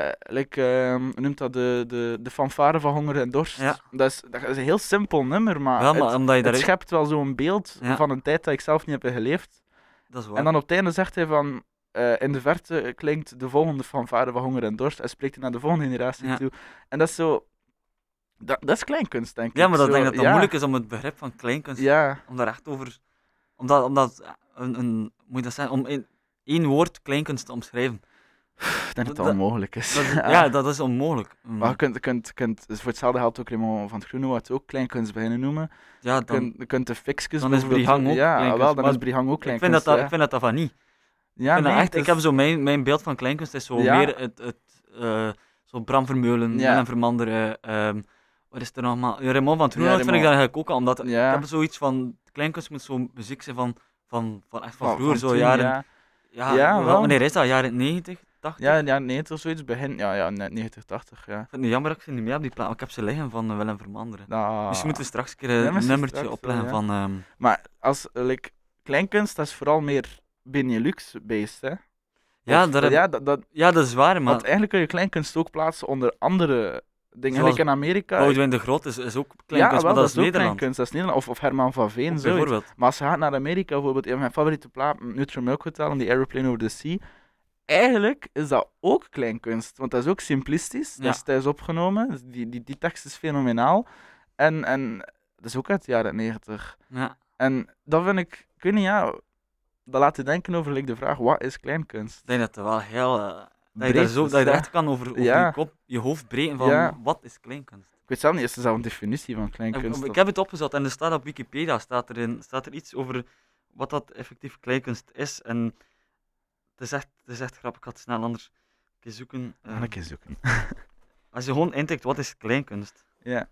hoe noemt dat, de fanfare van Honger en Dorst. Ja. Dat is een heel simpel nummer, maar, Wel, maar omdat je het daar... schept wel zo'n beeld Ja. van een tijd dat ik zelf niet heb geleefd. Dat is waar. En dan op het einde zegt hij van, in de verte klinkt de volgende fanfare van Honger en Dorst en spreekt hij naar de volgende generatie Ja. toe. En dat is zo... Dat is kleinkunst, denk ik. Ja, maar dat Zo, denk ik dat het ja. moeilijk is om het begrip van kleinkunst, Ja, om daar echt over... Omdat moet je dat zeggen, om in één woord kleinkunst te omschrijven. ik denk dat Dat- dat onmogelijk is. Ja, dat is onmogelijk. Maar je kunt dus voor hetzelfde geld ook Raymond van het Groene wat ook kleinkunst beginnen noemen. Ja, Je kunt de fixjes dan is bijvoorbeeld Brihang ook Ja, kleinkunst, wel, dan maar is Brihang ook ik vind kleinkunst. dat, ja. ik vind dat van niet. Ja, vind dat nee, echt, het ik heb zo mijn beeld van kleinkunst is zo Ja. meer zo Bram Vermeulen, Ja. Willem Vermanderen, wat is er nog maar? Ja, Raymond van het Groenhout Ja, vind ik Raymond. dat eigenlijk ook al, omdat Ja. ik heb zoiets van, kleinkunst moet zo muziek zijn van echt van van vroeger, zo toen, jaren, Ja, ja, Ja, wel. wanneer is dat? Jaren 90, 80? ja, 90 of zoiets, begin, ja, net 90, 80, ja. Ik vind het jammer dat ik ze niet meer op die plaat, maar ik heb ze liggen van Willem Vermanderen. Nou, Dus moeten we straks een keer Ja, een misschien nummertje straks wel, opleggen ja. van... Maar als kleinkunst, dat is vooral meer Benelux-based, hè? Ja, Of- daar heb- ja, dat is waar, maar want eigenlijk kun je kleinkunst ook plaatsen onder andere dingen. Zoals Gelijk in Amerika. Boudewijn de Groot is ook Ja, kleinkunst, wel, maar dat is ook Nederland. kleinkunst, dat is Nederland. Of Herman van Veen, Ook zoiets. bijvoorbeeld. Maar als je gaat naar Amerika, bijvoorbeeld, een van mijn favoriete platen, Neutral Milk Hotel en die Aeroplane Over the Sea, eigenlijk is dat ook kleinkunst, want dat is ook simplistisch, dat Ja. is thuis opgenomen, dus die tekst is fenomenaal, en dat is ook uit de jaren 90. Ja. En dat vind ik weet niet, ja, dat laat je denken over de vraag, wat is kleinkunst? Ik denk dat het wel heel... dat je, Breed daar zo, is, dat je er ja. echt kan over Ja. je kop, je hoofd breken van Ja. wat is kleinkunst. Ik weet zelf niet, is er zelf een definitie van kleinkunst? Ik heb het opgezet en er staat op Wikipedia staat er iets over wat dat effectief kleinkunst is. En het is echt grappig, ik ga het snel anders een keer zoeken. Ga ik eens zoeken. Als je gewoon intikt wat is kleinkunst, Ja,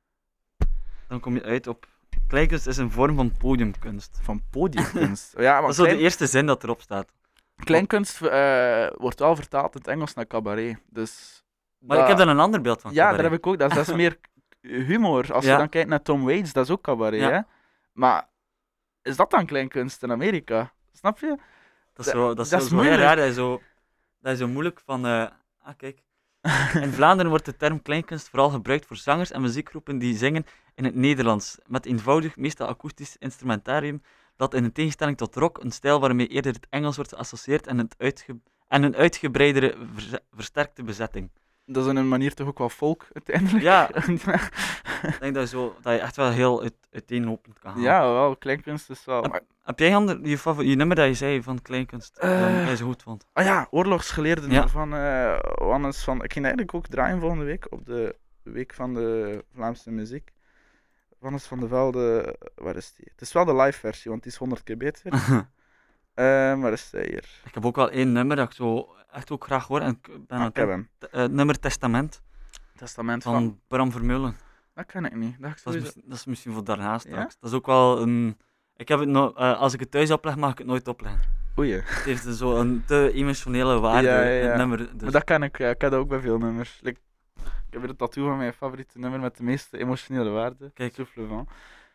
dan kom je uit op... Kleinkunst is een vorm van podiumkunst. van podiumkunst. Ja, Dat maar is zo de eerste zin dat erop staat. kleinkunst wordt wel vertaald in het Engels naar cabaret. Dus Maar ik heb dan een ander beeld van Ja, cabaret. daar heb ik ook. Dat is meer humor. Als Ja. je dan kijkt naar Tom Waits, dat is ook cabaret. Ja. Hè? Maar is dat dan kleinkunst in Amerika? Snap je? Dat is zo, dat is dat zo, is zo heel moeilijk. raar. Dat is zo moeilijk van... kijk. In Vlaanderen wordt de term kleinkunst vooral gebruikt voor zangers en muziekgroepen die zingen in het Nederlands, met eenvoudig, meestal akoestisch instrumentarium, dat in tegenstelling tot rock, een stijl waarmee eerder het Engels wordt geassocieerd en een uitgebreidere, versterkte bezetting. Dat is in een manier toch ook wel folk, uiteindelijk. Ja. Ik denk dat je echt wel heel uiteenlopend kan gaan. Ja, wel, kleinkunst is wel... Heb jij je nummer dat je zei van kleinkunst, dat jij zo goed vond? Ah ja, oorlogsgeleerden Ja. van Wannes van... Ik ging eigenlijk ook draaien volgende week, op de week van de Vlaamse muziek. Wannes van de Velde, waar is die? Het is wel de live versie, want die is 100 keer beter. Waar is hij hier? Ik heb ook wel één nummer dat ik zo echt ook graag hoor. En ik ben aan Ik heb hem. het nummer Testament Testament van... van Bram Vermeulen. Dat ken ik niet. Dat ga ik Dat is, sowieso- dat is misschien voor daarnaast Ja? straks. Dat is ook wel een... Ik heb het als ik het thuis opleg, mag ik het nooit opleggen. Oei. Het heeft zo een te emotionele waarde, Ja. het nummer. Dus. Maar dat ken ik, ja. Ik heb dat ook bij veel nummers. Ik heb weer een tattoo van mijn favoriete nummer met de meeste emotionele waarde. Kijk. Souffle van.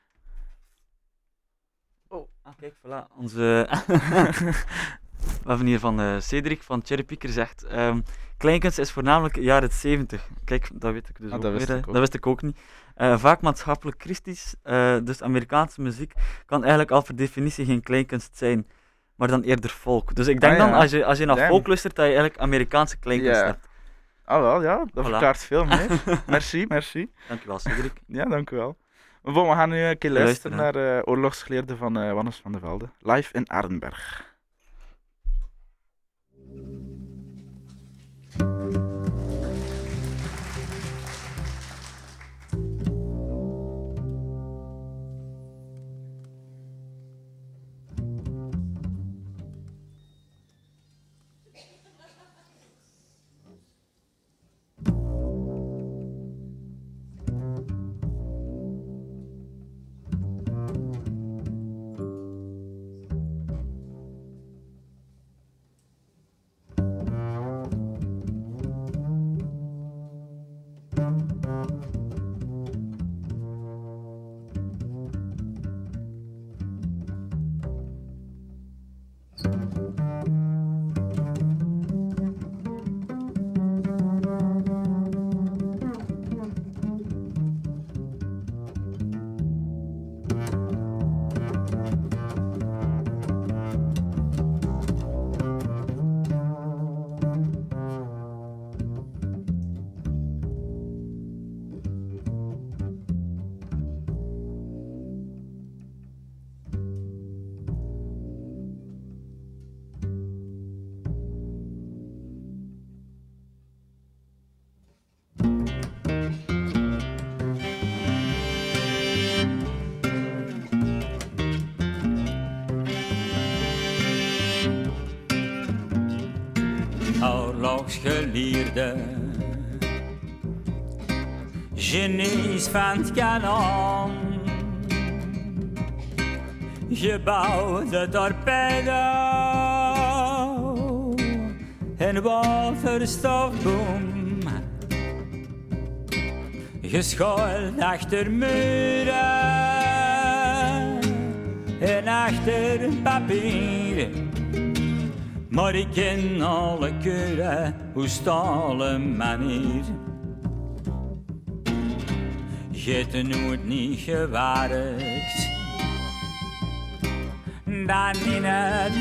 Kijk, voilà. Onze... We hebben hier van Cedric van Cherry Picker zegt... kleinkunst is voornamelijk jaren 70. Kijk, dat weet ik dus ook dat wist weer. ik ook. Dat wist ik ook niet. Vaak maatschappelijk christisch, dus Amerikaanse muziek kan eigenlijk al per definitie geen kleinkunst zijn, maar dan eerder folk. Dus ik denk Ah, dan, ja. als je naar Damn. folk luistert, dat je eigenlijk Amerikaanse kleinkunst Ja. hebt. Ah wel, ja. Dat Voilà. verklaart veel meer. Merci. Dankjewel, Cedric. Ja, dank u wel. Maar bon, we gaan nu een keer luisteren Luisteren, naar oorlogsgeleerden van Wannes van de Velde. Live in Arenberg. Oorlogsgeleerde, genies van het kanon, gebouwde torpedo en waterstofboom, geschuild achter muren en achter papier. Maar ik ken alle keuren, hoe stalen manier. Je hebt het nooit niet gewerkt, dan in het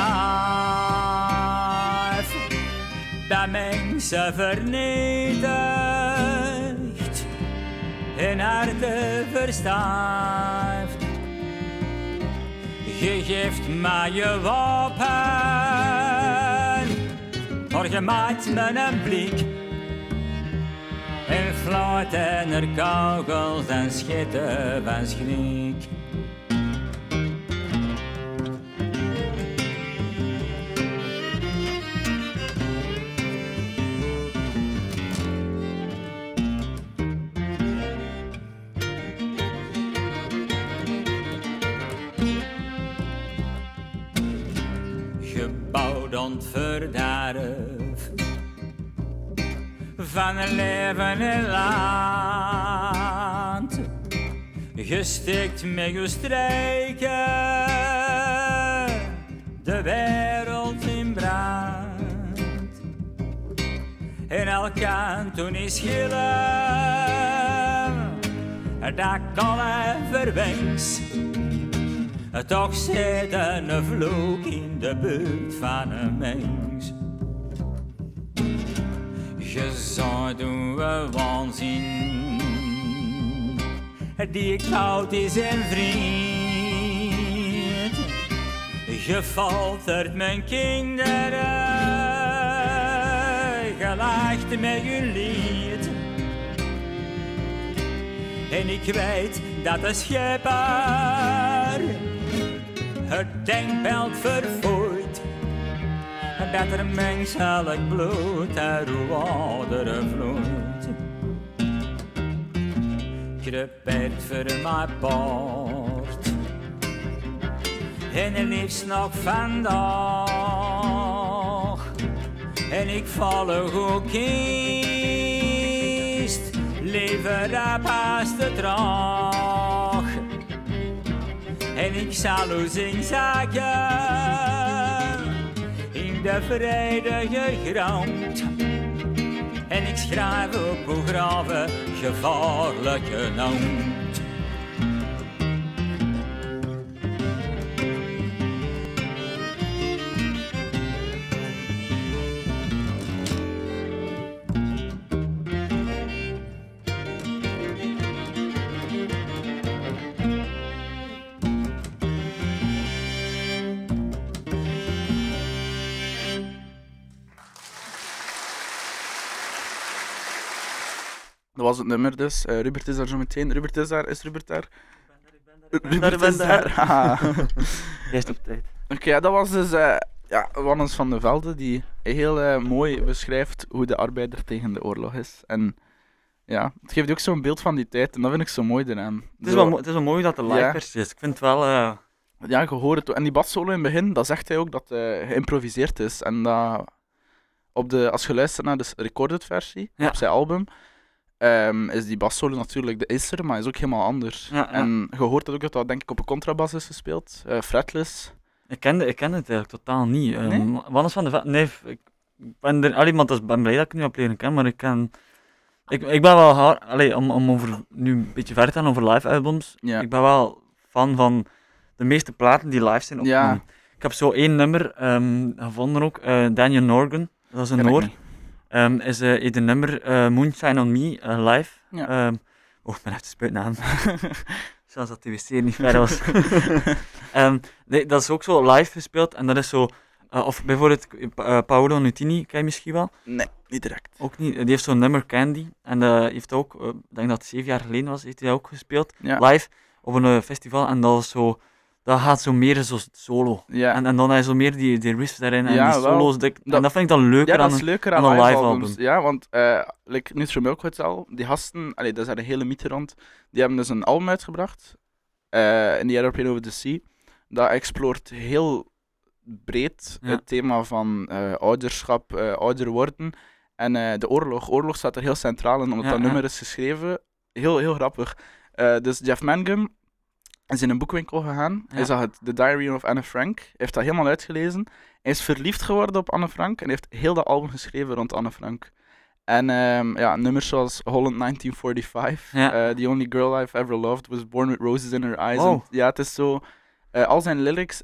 bedrijf, dat mensen vernietigt en harten verstijft. Je geeft mij je wapen, maar je maakt me een blik. En fluiten er kogels en schieten van schrik. Gebouwd ontverderf van een leven in land. Je stikt met je strijken de wereld in brand. En elk kanton is schillen, dat kan hij verwenks. Toch zit een vloek in de buurt van een mens. Je zou doen we waanzin, die koud is en vriend. Je foltert mijn kinderen, je lacht met je lied. En ik weet dat de schepper het denkbeeld verfoeit, dat er menselijk bloed uit wateren vloeit. Krepeert voor mijn bord en liefst nog vandaag. En ik val goed kiest, liever op als te traag. En ik zal u zingzagen in de vredige grond. En ik schrijf op uw graven gevaarlijke naam. Dat was het nummer dus. Rupert is daar zo meteen. Rupert is daar. Is Rupert daar? Ik ben daar. Ah. Eerst op tijd. Oké, ja, dat was dus Wannes van de Velde, die heel mooi beschrijft hoe de arbeider tegen de oorlog is. En ja, het geeft ook zo'n beeld van die tijd en dat vind ik zo mooi eraan. Het is wel mooi dat de live Ja. versie is. Ik vind het wel... Ja, je hoort het. En die bassolo in het begin, dat zegt hij ook dat geïmproviseerd is. En dat als je luistert naar de recorded versie Ja. op zijn album, is die bassolo natuurlijk de is er, maar is ook helemaal anders. Ja, ja. En je hoort dat ook dat denk ik op een contrabas is gespeeld, fretless. Ik ken het eigenlijk totaal niet. Nee? Wannes van de Velde... Nee, ik ben er... Allee, want ik ben blij dat ik nu heb leren kennen, maar ik ken... Ik ben wel hard... Allee, om over nu een beetje verder te gaan over live albums. Ja. Ik ben wel fan van de meeste platen die live zijn Ja. opgenomen. Ik heb zo één nummer gevonden ook. Daniel Norgan, dat is een Ken ik Noor. niet. Is de nummer Moonshine on Me live. Ja. Ik ben echt spuiten aan. Zoals dat de wc niet ver was. Nee, dat is ook zo live gespeeld en dat is zo... of bijvoorbeeld Paolo Nutini, ken je misschien wel? Nee, niet direct. Ook niet. Die heeft zo'n nummer Candy. En heeft ook, ik denk dat het 7 jaar geleden was, heeft hij ook gespeeld. Ja. Live op een festival. En dat is zo... Dat gaat zo meer zo solo. Ja. En dan heb je zo meer die riffs daarin en Ja, die wel. solo's. En dat vind ik dan leuker Ja, dat aan is een... leuker aan aan een live live albums. album. Ja, want like Neutral Milkwood al, die gasten, daar is een hele mythe rond, die hebben dus een album uitgebracht, in The Aeroplane Over the Sea. Dat exploreert heel breed Ja. het thema van ouderschap, ouder worden. En de oorlog. Oorlog staat er heel centraal in, omdat Ja, dat ja. nummer is geschreven. Heel, heel grappig. Dus Jeff Mangum is in een boekwinkel gegaan. Ja. Hij zag het The Diary of Anne Frank. Hij heeft dat helemaal uitgelezen. Hij is verliefd geworden op Anne Frank en heeft heel dat album geschreven rond Anne Frank. En nummers zoals Holland 1945, Ja. The Only Girl I've Ever Loved Was Born With Roses in Her Eyes. Wow. En, ja, het is zo... al zijn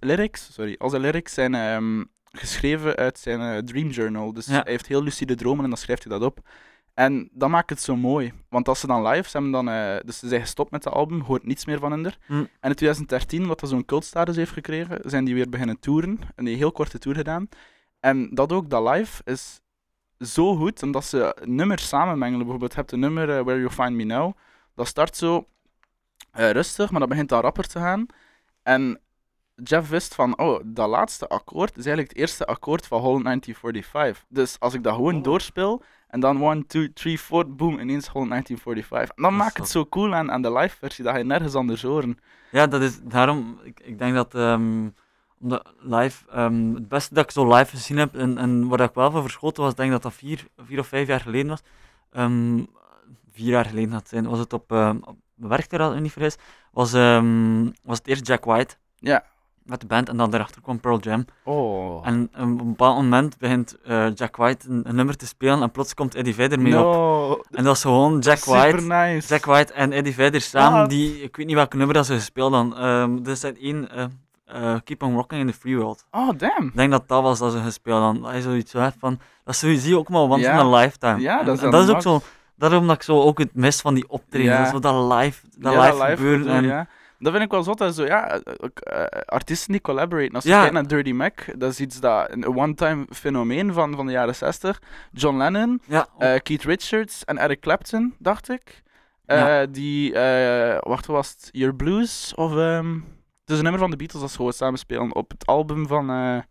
lyrics zijn geschreven uit zijn dream journal. Dus Ja. hij heeft heel lucide dromen en dan schrijft hij dat op. En dat maakt het zo mooi. Want als ze dan live zijn, dus ze zijn gestopt met het album, hoort niets meer van hen. Hm. En in 2013, wat dat zo'n cultstatus heeft gekregen, zijn die weer beginnen toeren. En die heel korte tour gedaan. En dat ook, dat live, is zo goed, omdat ze nummers samenmengelen. Bijvoorbeeld, je hebt een nummer, Where You Find Me Now. Dat start zo rustig, maar dat begint dan rapper te gaan. En Jeff wist van, oh, dat laatste akkoord is eigenlijk het eerste akkoord van Holland 1945. Dus als ik dat gewoon doorspeel, en dan 1, 2, 3, 4, boom, ineens Holland 1945. En dan maakt het zo cool aan de live versie, dat je nergens anders horen. Ja, dat is daarom. Ik denk dat omdat live, het beste dat ik zo live gezien heb en waar ik wel van verschoten was, denk dat dat 4 of 5 jaar geleden was. 4 jaar geleden had zijn, was het op Werchter, als ik me niet vergis, was het eerst Jack White Ja. met de band en dan daarachter kwam Pearl Jam. Oh. En op een bepaald moment begint Jack White een nummer te spelen en plots komt Eddie Vedder mee op. No. En dat was gewoon Jack Super White, nice. Jack White en Eddie Vedder samen, Wat? ik weet niet welke nummer dat ze gespeeld hadden. Er staat één, Keep on Rocking in the Free World. Oh, damn. Ik denk dat dat was dat ze gespeeld hadden. Dat is zoiets zo van, dat zie je ook maar once Ja. in a lifetime. Ja, dat is en dan dat is ook max. zo, daarom dat ik zo ook het mis van die optredens, Ja. zo dat live gebeuren. gebeuren, En, ja. Dat vind ik wel zot, dat zo, ja, artiesten die collaboraten. Als je Ja. kijkt naar Dirty Mac, dat is iets dat een one-time fenomeen van de jaren 60. John Lennon, ja, Keith Richards en Eric Clapton, dacht ik. Ja. Die, wacht, wat was het? Your Blues? Of, het is een nummer van de Beatles dat ze gewoon samen spelen op het album van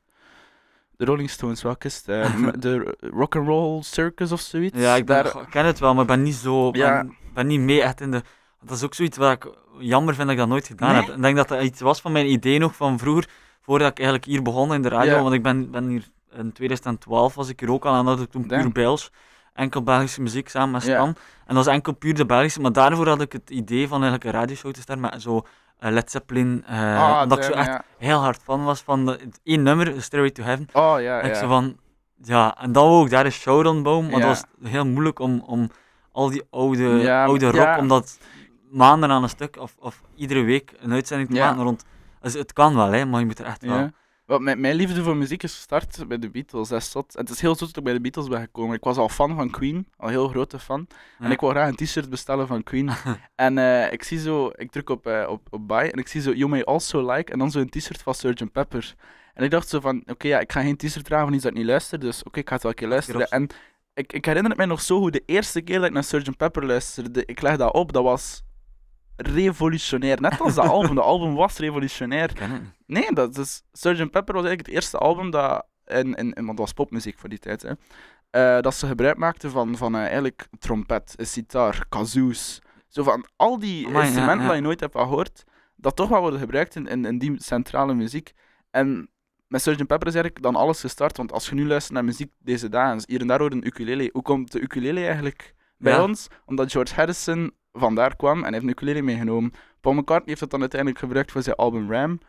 de Rolling Stones. Welke is het? De Rock'n'Roll Circus of zoiets. ja, ik Daar- ken het wel, maar ik ben niet zo, Ja. ben niet mee echt in de... Dat is ook zoiets waar ik jammer vind dat ik dat nooit gedaan Nee? heb. Ik denk dat dat iets was van mijn idee nog van vroeger, voordat ik eigenlijk hier begon in de radio, Ja. want ik ben hier in 2012 was ik hier ook al aan, dat ik toen Damn. puur Belgisch, enkel Belgische muziek samen met Ja. Stan. En dat was enkel puur de Belgische, maar daarvoor had ik het idee van eigenlijk een radioshow te starten met zo Led Zeppelin, omdat ik zo damn, echt ja. heel hard fan was van het één nummer, Stairway to Heaven. Oh, ja, En ik ja. zo van, ja, en dan wou ik daar een show rond bouwen, maar Ja. dat was heel moeilijk om al die oude Ja, rock, ja. om dat maanden aan een stuk of iedere week een uitzending te Ja. maken rond. Dus het kan wel, hè, maar je moet er echt wel... Ja. Wel, mijn liefde voor muziek is gestart bij de Beatles, dat is zot. En het is heel zot dat ik bij de Beatles ben gekomen. Ik was al fan van Queen, al heel grote fan. En Ja. ik wou graag een t-shirt bestellen van Queen. En ik zie zo, ik druk op buy en ik zie zo You May Also Like en dan zo een t-shirt van Sgt. Pepper. En ik dacht zo van, oké, ja, ik ga geen t-shirt dragen van iets dat ik niet luister, dus oké, ik ga het wel een keer luisteren. Erop. En ik herinner het mij nog zo goed, de eerste keer dat ik naar Sgt. Pepper luisterde, ik leg dat op, dat was revolutionair. Net als dat album, de album was revolutionair. Ik ken het niet. Nee, dat is, Sgt. Pepper was eigenlijk het eerste album dat, want dat was popmuziek voor die tijd, hè, dat ze gebruik maakten van eigenlijk trompet, gitaar, kazoos. Zo van al die Amai, ja, instrumenten ja. dat je nooit hebt gehoord, dat toch wel worden gebruikt in die centrale muziek. En met Sgt. Pepper is eigenlijk dan alles gestart, want als je nu luistert naar muziek deze dagen, hier en daar hoort een ukulele. Hoe komt de ukulele eigenlijk bij Ja. ons? Omdat George Harrison vandaar kwam en hij heeft een ukulele meegenomen. Paul McCartney heeft het dan uiteindelijk gebruikt voor zijn album Ram.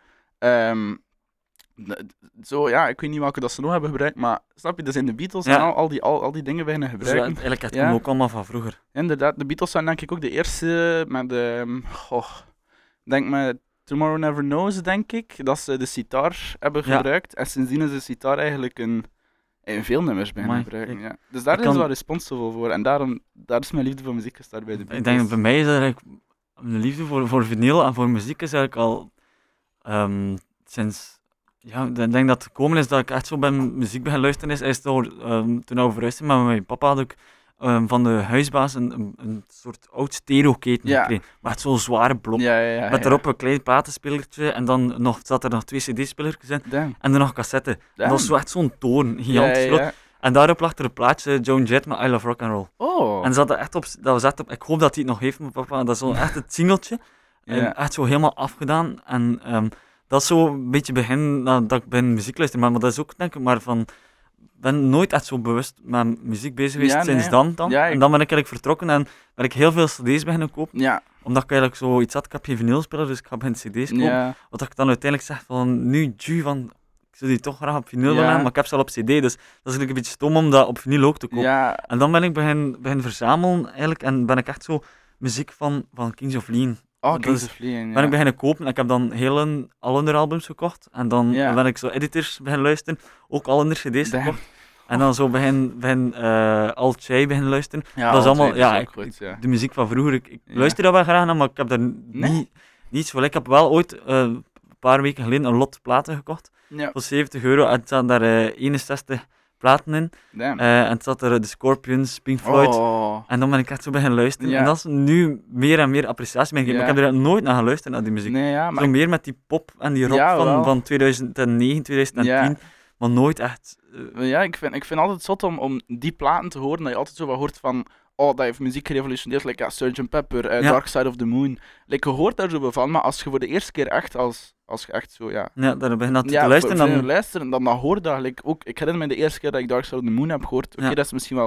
Zo, ja, ik weet niet welke dat ze nog hebben gebruikt, maar snap je, dus in de Beatles Ja. en al die dingen beginnen Dus gebruiken. eigenlijk het Ja. komt ook allemaal van vroeger. Inderdaad, de Beatles zijn denk ik ook de eerste met de, denk met Tomorrow Never Knows, denk ik, dat ze de sitar hebben Ja. gebruikt. En sindsdien is de sitar eigenlijk in veel nummers beginnen Amai, gebruiken. kijk. Ja. Dus daar Ik is kan- wel responsible voor. En daar is mijn liefde voor muziek gestart bij de Beatles. Ik denk dat bij mij is eigenlijk een liefde voor vinyl en voor muziek is eigenlijk al sinds... Ja, ik denk dat het gekomen is dat ik echt zo bij muziek begin luisteren is door, toen we verhuisden met mijn papa had ik van de huisbaas een soort oud stereo-keten Ja. gekregen. Maar het zo'n zware blok. Ja. Met daarop een klein platenspelertje en dan zat er nog 2 cd-spelertjes in Damn. en dan nog cassette. En dat was zo echt zo'n toren, gigantisch Ja, groot. ja. En daarop lag er een plaatje, Joan Jett met I Love Rock'n'Roll. Oh. En ze hadden echt dat was echt op, ik hoop dat hij het nog heeft, mijn papa. Dat is zo echt het singeltje. En Ja. echt zo helemaal afgedaan. En dat is zo een beetje begin dat ik bij muziek luister. Maar dat is ook denk ik maar van... Ik ben nooit echt zo bewust met muziek bezig geweest Ja, sinds nee. dan. Ja, En dan ben ik eigenlijk vertrokken en ben ik heel veel cd's beginnen kopen. Ja, Omdat ik eigenlijk zoiets had, ik heb geen vinylspeler, dus ik ga beginnen cd's kopen. ja. Wat ik dan uiteindelijk zeg van, nu, van... Ik zou die toch graag op vinyl Ja. willen hebben, maar ik heb ze al op cd. Dus dat is eigenlijk een beetje stom om dat op vinyl ook te kopen. Ja, En dan ben ik begin verzamelen eigenlijk en ben ik echt zo muziek van Kings of Leon. oh, Dat Kings is- of Leon, Ben ja. ik beginnen kopen en ik heb dan al hun albums gekocht. En dan Ja. ben ik zo editors beginnen luisteren, ook al hun cd's Damn. gekocht. En dan zo begin Alt J beginnen luisteren. Ja, dat is allemaal, altijd, ja, dat is ook ik- goed, ja. de muziek van vroeger. Ik Ja. luister dat wel graag naar, maar ik heb daar Nee? niets voor. Ik heb wel ooit een paar weken geleden een lot platen gekocht Ja, voor €70. En het zaten daar 61 platen in. damn. En het zat er de Scorpions, Pink Floyd. Oh. En dan ben ik echt zo beginnen luisteren. Ja. En dat is nu meer en meer appreciatie mee gegeven. Ja. Maar ik heb er nooit naar geluisterd, naar die muziek. Nee, ja, maar Zo meer met die pop en die rock Ja, wel. van 2009, 2010. Ja. Maar nooit echt... ja, ik vind altijd zot om die platen te horen, dat je altijd zo wat hoort van, oh, dat heeft muziek gerevolutioneerd, like ja, Sgt. Pepper, Ja. Dark Side of the Moon. Like, je hoort daar zo wel van, maar als je voor de eerste keer echt, als je echt zo, ja... Ja, daar begin je Ja, te luisteren. voor Dan, luisteren, dan hoor je dat. Like, ook, ik herinner me de eerste keer dat ik Dark Side of the Moon heb gehoord, oké, Ja. dat is misschien wel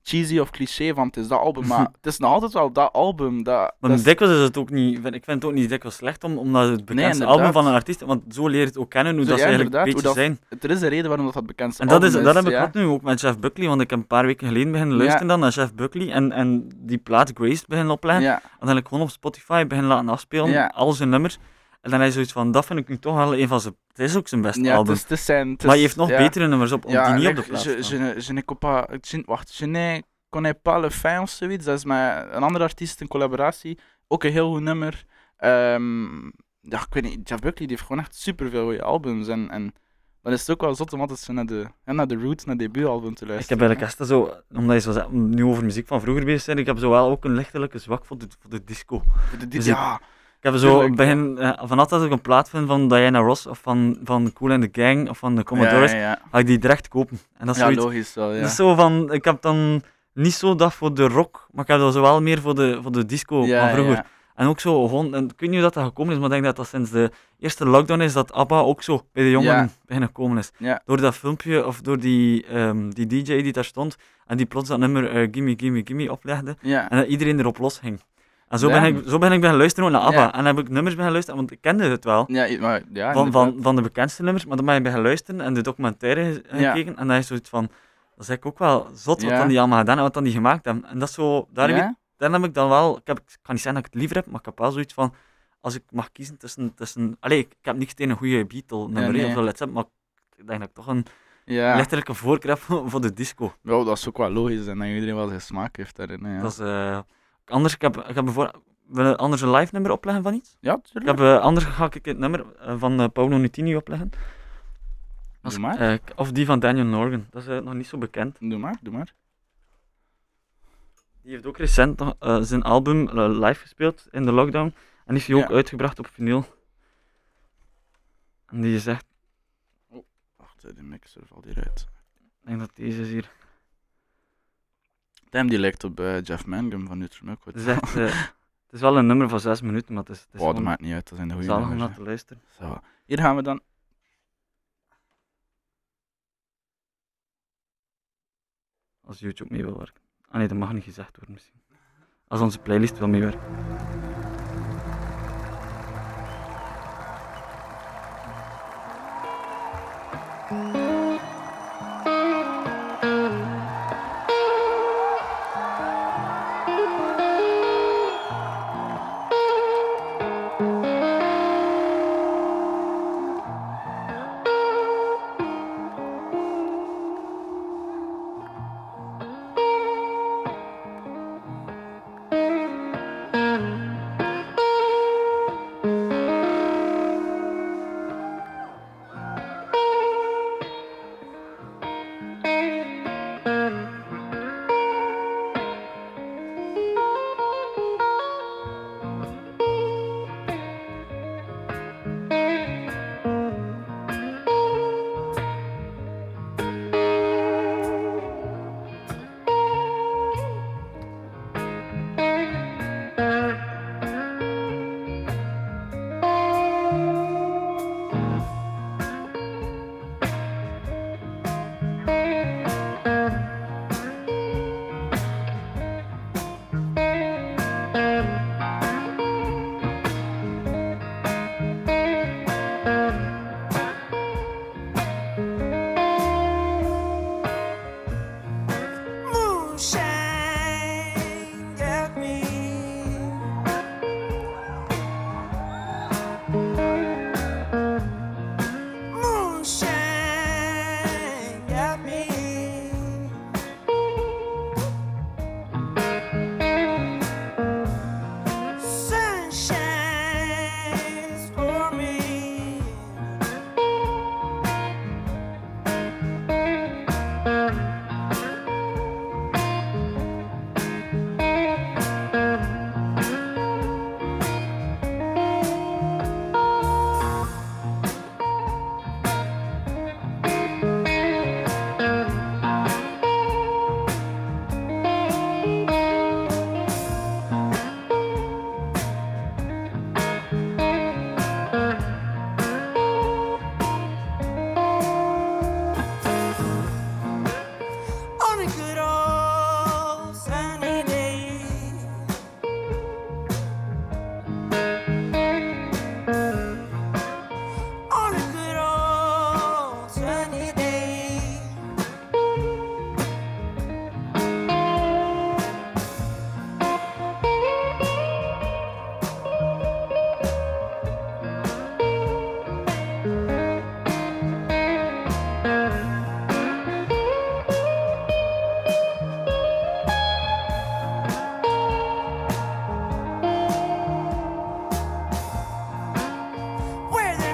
cheesy of cliché van het is dat album, maar het is nog altijd wel dat album. Maar Dat is- dikwijls is het ook niet... Ik vind het ook niet dikwijls slecht, omdat het bekendste inderdaad. album van een artiest... Want zo leer je het ook kennen, hoe Zo, dat ze ja, eigenlijk een inderdaad, beetje hoe zijn. er is een reden waarom dat het bekendste En dat, album is. dat heb ik ja. ook nu ook met Jeff Buckley, want ik heb een paar weken geleden beginnen luisteren dan naar Jeff Buckley en die plaat Grace beginnen opleggen. Ja, En dan heb ik gewoon op Spotify beginnen laten afspelen, Ja. al zijn nummers. En dan heb je zoiets van, dat vind ik nu toch wel een van zijn... Het is ook zijn beste ja, album. het is zijn... het is- Maar je heeft nog ja. betere nummers op, die niet op de like, plaat je staan. ne je ne connais pas le fin of zoiets. Dat is met een andere artiest in collaboratie. Ook een heel goed nummer. Ja, ik weet niet, Jeff Buckley die heeft gewoon echt superveel goede albums. En dan is het ook wel zot om altijd zo naar de Roots, naar het debuutalbum te Ik luisteren. heb eigenlijk echt zo, omdat je zo zegt, nu over muziek van vroeger bezig bent, ik heb zo wel ook een lichtelijke zwak voor de disco. Dus Ja, Ik heb zo Tuurlijk, begin, vanaf dat ik een plaat vind van Diana Ross of van Kool and the Gang of van de Commodores, ja. ga ik die direct kopen. En dat is Ja, zoiets. logisch wel, ja. Dat is zo van, ik heb dan niet zo dat voor de rock, maar ik heb dat zo wel meer voor de disco van vroeger. Ja. En ook zo gewoon, en ik weet niet hoe dat gekomen is, maar ik denk dat dat sinds de eerste lockdown is dat ABBA ook zo bij de jongeren Ja. beginnen komen is. Ja. Door dat filmpje of door die DJ die daar stond en die plots dat nummer Gimme Gimme Gimme oplegde Ja. en dat iedereen erop los ging. En zo Ja. ben ik beginnen luisteren ook naar ABBA. Ja. En dan heb ik nummers beginnen luisteren, want ik kende het wel. Ja, maar, ja, Van de bekendste nummers, maar dan ben je beginnen luisteren en de documentaire Ja. gekeken en dan is zoiets van, dat is eigenlijk ook wel zot wat Ja. dan die allemaal gedaan en wat dan die gemaakt hebben. En dat is zo, daar heb ik ik dan wel, ik kan niet zeggen dat ik het liever heb, maar ik heb wel zoiets van, als ik mag kiezen tussen allee, ik heb niks tegen een goede Beatle-nummer nee. of zo, Led Zeppelin, maar ik denk dat ik toch een Ja. lichtelijke voorkeur heb voor de disco. Ja, dat is ook wel logisch en dat iedereen wel zijn smaak heeft daarin. hè, Ja, Dat is, anders, ik heb bijvoorbeeld, wil je anders een live nummer opleggen van iets? ja Ik tuurlijk. heb, anders ga ik het nummer van Paolo Nutini opleggen. Doe maar. Of die van Daniel Norgan, dat is nog niet zo bekend. Doe maar. Die heeft ook recent nog, zijn album live gespeeld in de lockdown. En die is hij ook Ja. uitgebracht op vinyl. En die is echt, Wacht, de mixer valt hieruit. ik denk dat deze is hier. Damn, die lijkt op Jeff Mangum van Neutron ook. Het is echt, het is wel een nummer van 6 minuten, maar het is Oh, dat gewoon maakt niet uit, dat zijn de goede zalig om nummers. naar te luisteren. hè. Zo. Hier gaan we dan. Als YouTube mee wil werken. Ah nee, dat mag niet gezegd worden misschien. Als onze playlist wil meewerken.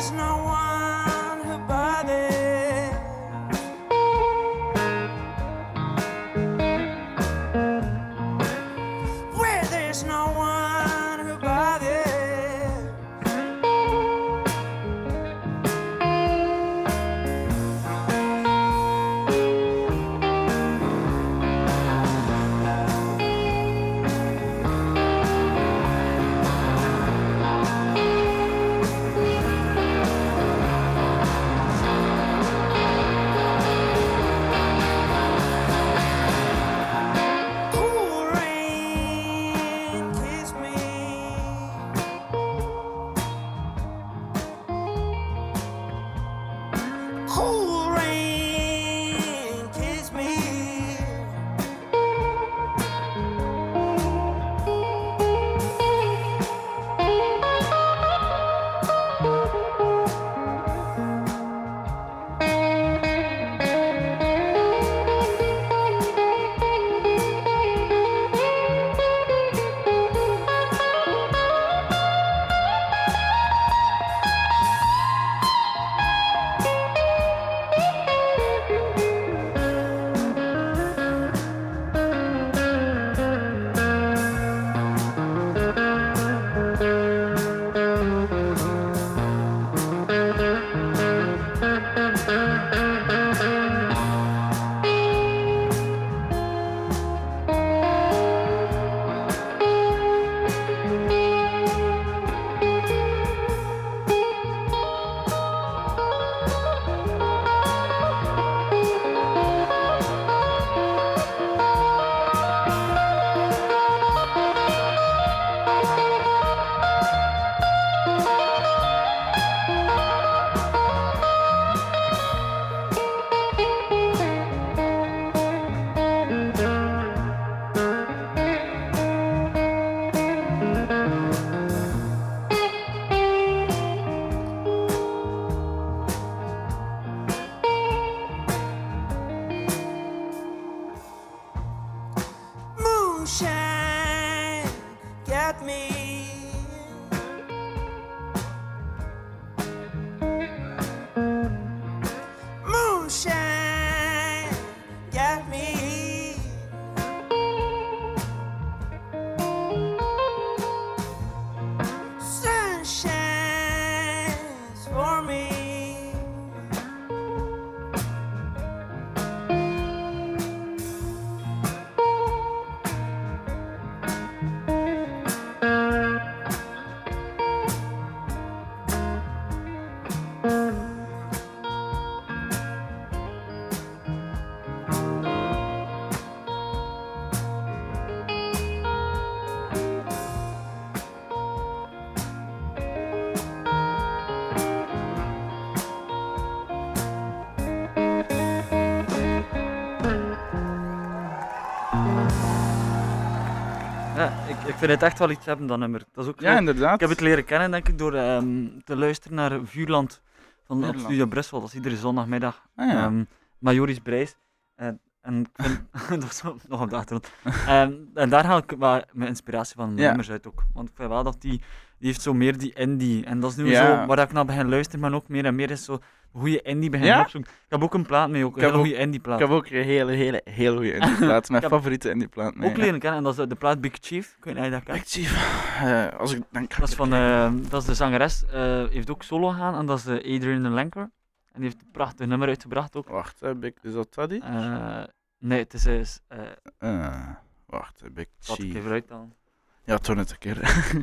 there's no one who bothers, where there's no one who bothers. Cool rain, kiss me. Cool rain, kiss me. Moonshine, get me. Moonshine, get me. Sunshine's for me. Ja, ik vind het echt wel iets hebben, dat nummer. Dat is ook Ja, zo- inderdaad. ik heb het leren kennen, denk ik, door te luisteren naar Vuurland van op Vuurland. Studio Brussel. Dat is iedere zondagmiddag. Ah, ja. Met Joris Brijs. En ik vind, dat was nog op de achtergrond. En daar haal ik wel mijn inspiratie van de Ja. nummers uit ook. Want ik vind wel dat die heeft zo meer die indie. En dat is nu Ja. zo waar ik naar begin luisteren, maar ook meer en meer is zo goede indie beginnen Ja? opzoeken. Ik heb ook een plaat mee, ook een Ik heb hele ook- goede indie plaat. Ik heb ook een hele goede indie-plaat. Mijn Ik heb favoriete indie-plaat. ook leren kennen, en dat is de plaat Big Chief. Ik weet niet of je dat kent. Big Chief. Als ik denk... Dat is, dat is de zangeres, heeft ook solo gaan, en dat is Adrian Lenker. En die heeft een prachtig nummer uitgebracht ook. Wacht, Big... Is dat Taddy? Nee, het is Wacht, Big wat ik Chief. even uit dan. Ja, toon het een keer.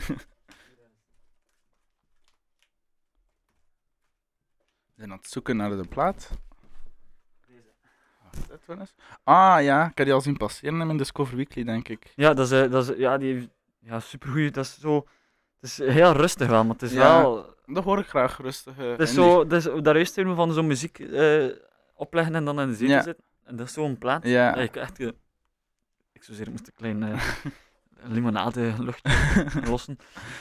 We zijn aan het zoeken naar de plaat. Wacht, dit wel eens. Ah ja, ik heb die al zien passeren in mijn Discover Weekly, denk ik. Ja, ja, die heeft, ja, supergoeie. Dat is zo, het is heel rustig wel, maar het is Ja, wel, Dat hoor ik graag rustig. het is zo, daar luisteren we van zo'n muziek opleggen en dan in de zetel Ja. zitten. En dat is zo'n plaat. Ja. Dat ik echt, ik zou zeggen, moest een klein limonade luchtje lossen.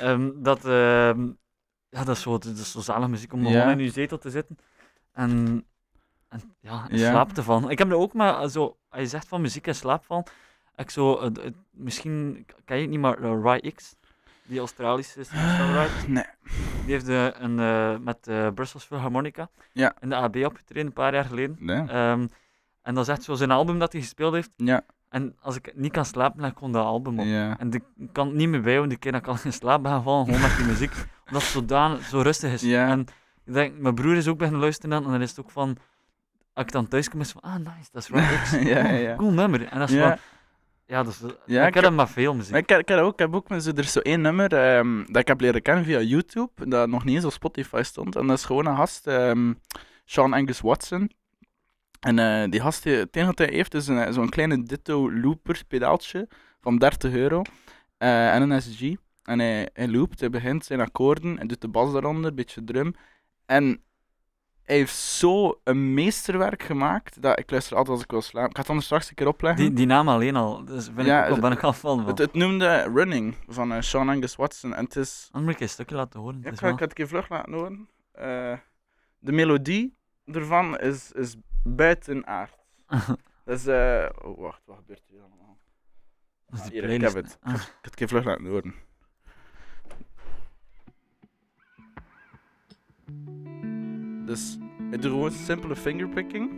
Ja, dat is zo zalig muziek om Ja. gewoon in je zetel te zitten en ja, in Ja. slaap te vallen. Ik heb er ook maar zo, als je zegt van muziek en slaap vallen, ik zo, misschien ken je het niet, maar Rai X, die Australische singer-songwriter. Nee. Die heeft met Brussels Philharmonica Ja. in de AB opgetreden een paar jaar geleden. Nee. En dat is echt zo zijn album dat hij gespeeld heeft. Ja. En als ik niet kan slapen, leg ik gewoon dat album op. Ja. En ik kan het niet meer bijhouden, de keer dat ik al in slaap ben gevallen, gewoon met die muziek. Omdat het zo rustig is. Ja. En ik denk, mijn broer is ook beginnen luisteren aan, en dan is het ook van, als ik dan thuis kom, is het van, nice, dat is Rob X. Ja. Cool nummer. En dat is Ja. van, ja, dat is, Ja, ik heb dat met veel muziek. Maar ik heb ook er is zo één nummer dat ik heb leren kennen via YouTube, dat nog niet eens op Spotify stond. En dat is gewoon een gast, Sean Angus Watson. En die gast, het enige wat hij heeft is zo'n kleine Ditto looper pedaaltje van €30 en een SG. En hij loopt, hij begint zijn akkoorden en doet de bas daaronder, een beetje drum. En hij heeft zo een meesterwerk gemaakt dat ik luister altijd als ik wil slapen. Ik ga het dan straks een keer opleggen. Die naam alleen al, dus ben ik al fan van. Het noemde Running van Sean Angus Watson. En het is... Dan moet ik een stukje laten horen. Ja, Het ik is ga wel- het een keer vlug laten horen. De melodie ervan is buitenaard. Dus, wacht, wat gebeurt hier allemaal? dat is die Hier, ik playlist. heb het. Ik Ah. ga het een keer vlug laten horen. Dus, ik doe gewoon simpele fingerpicking.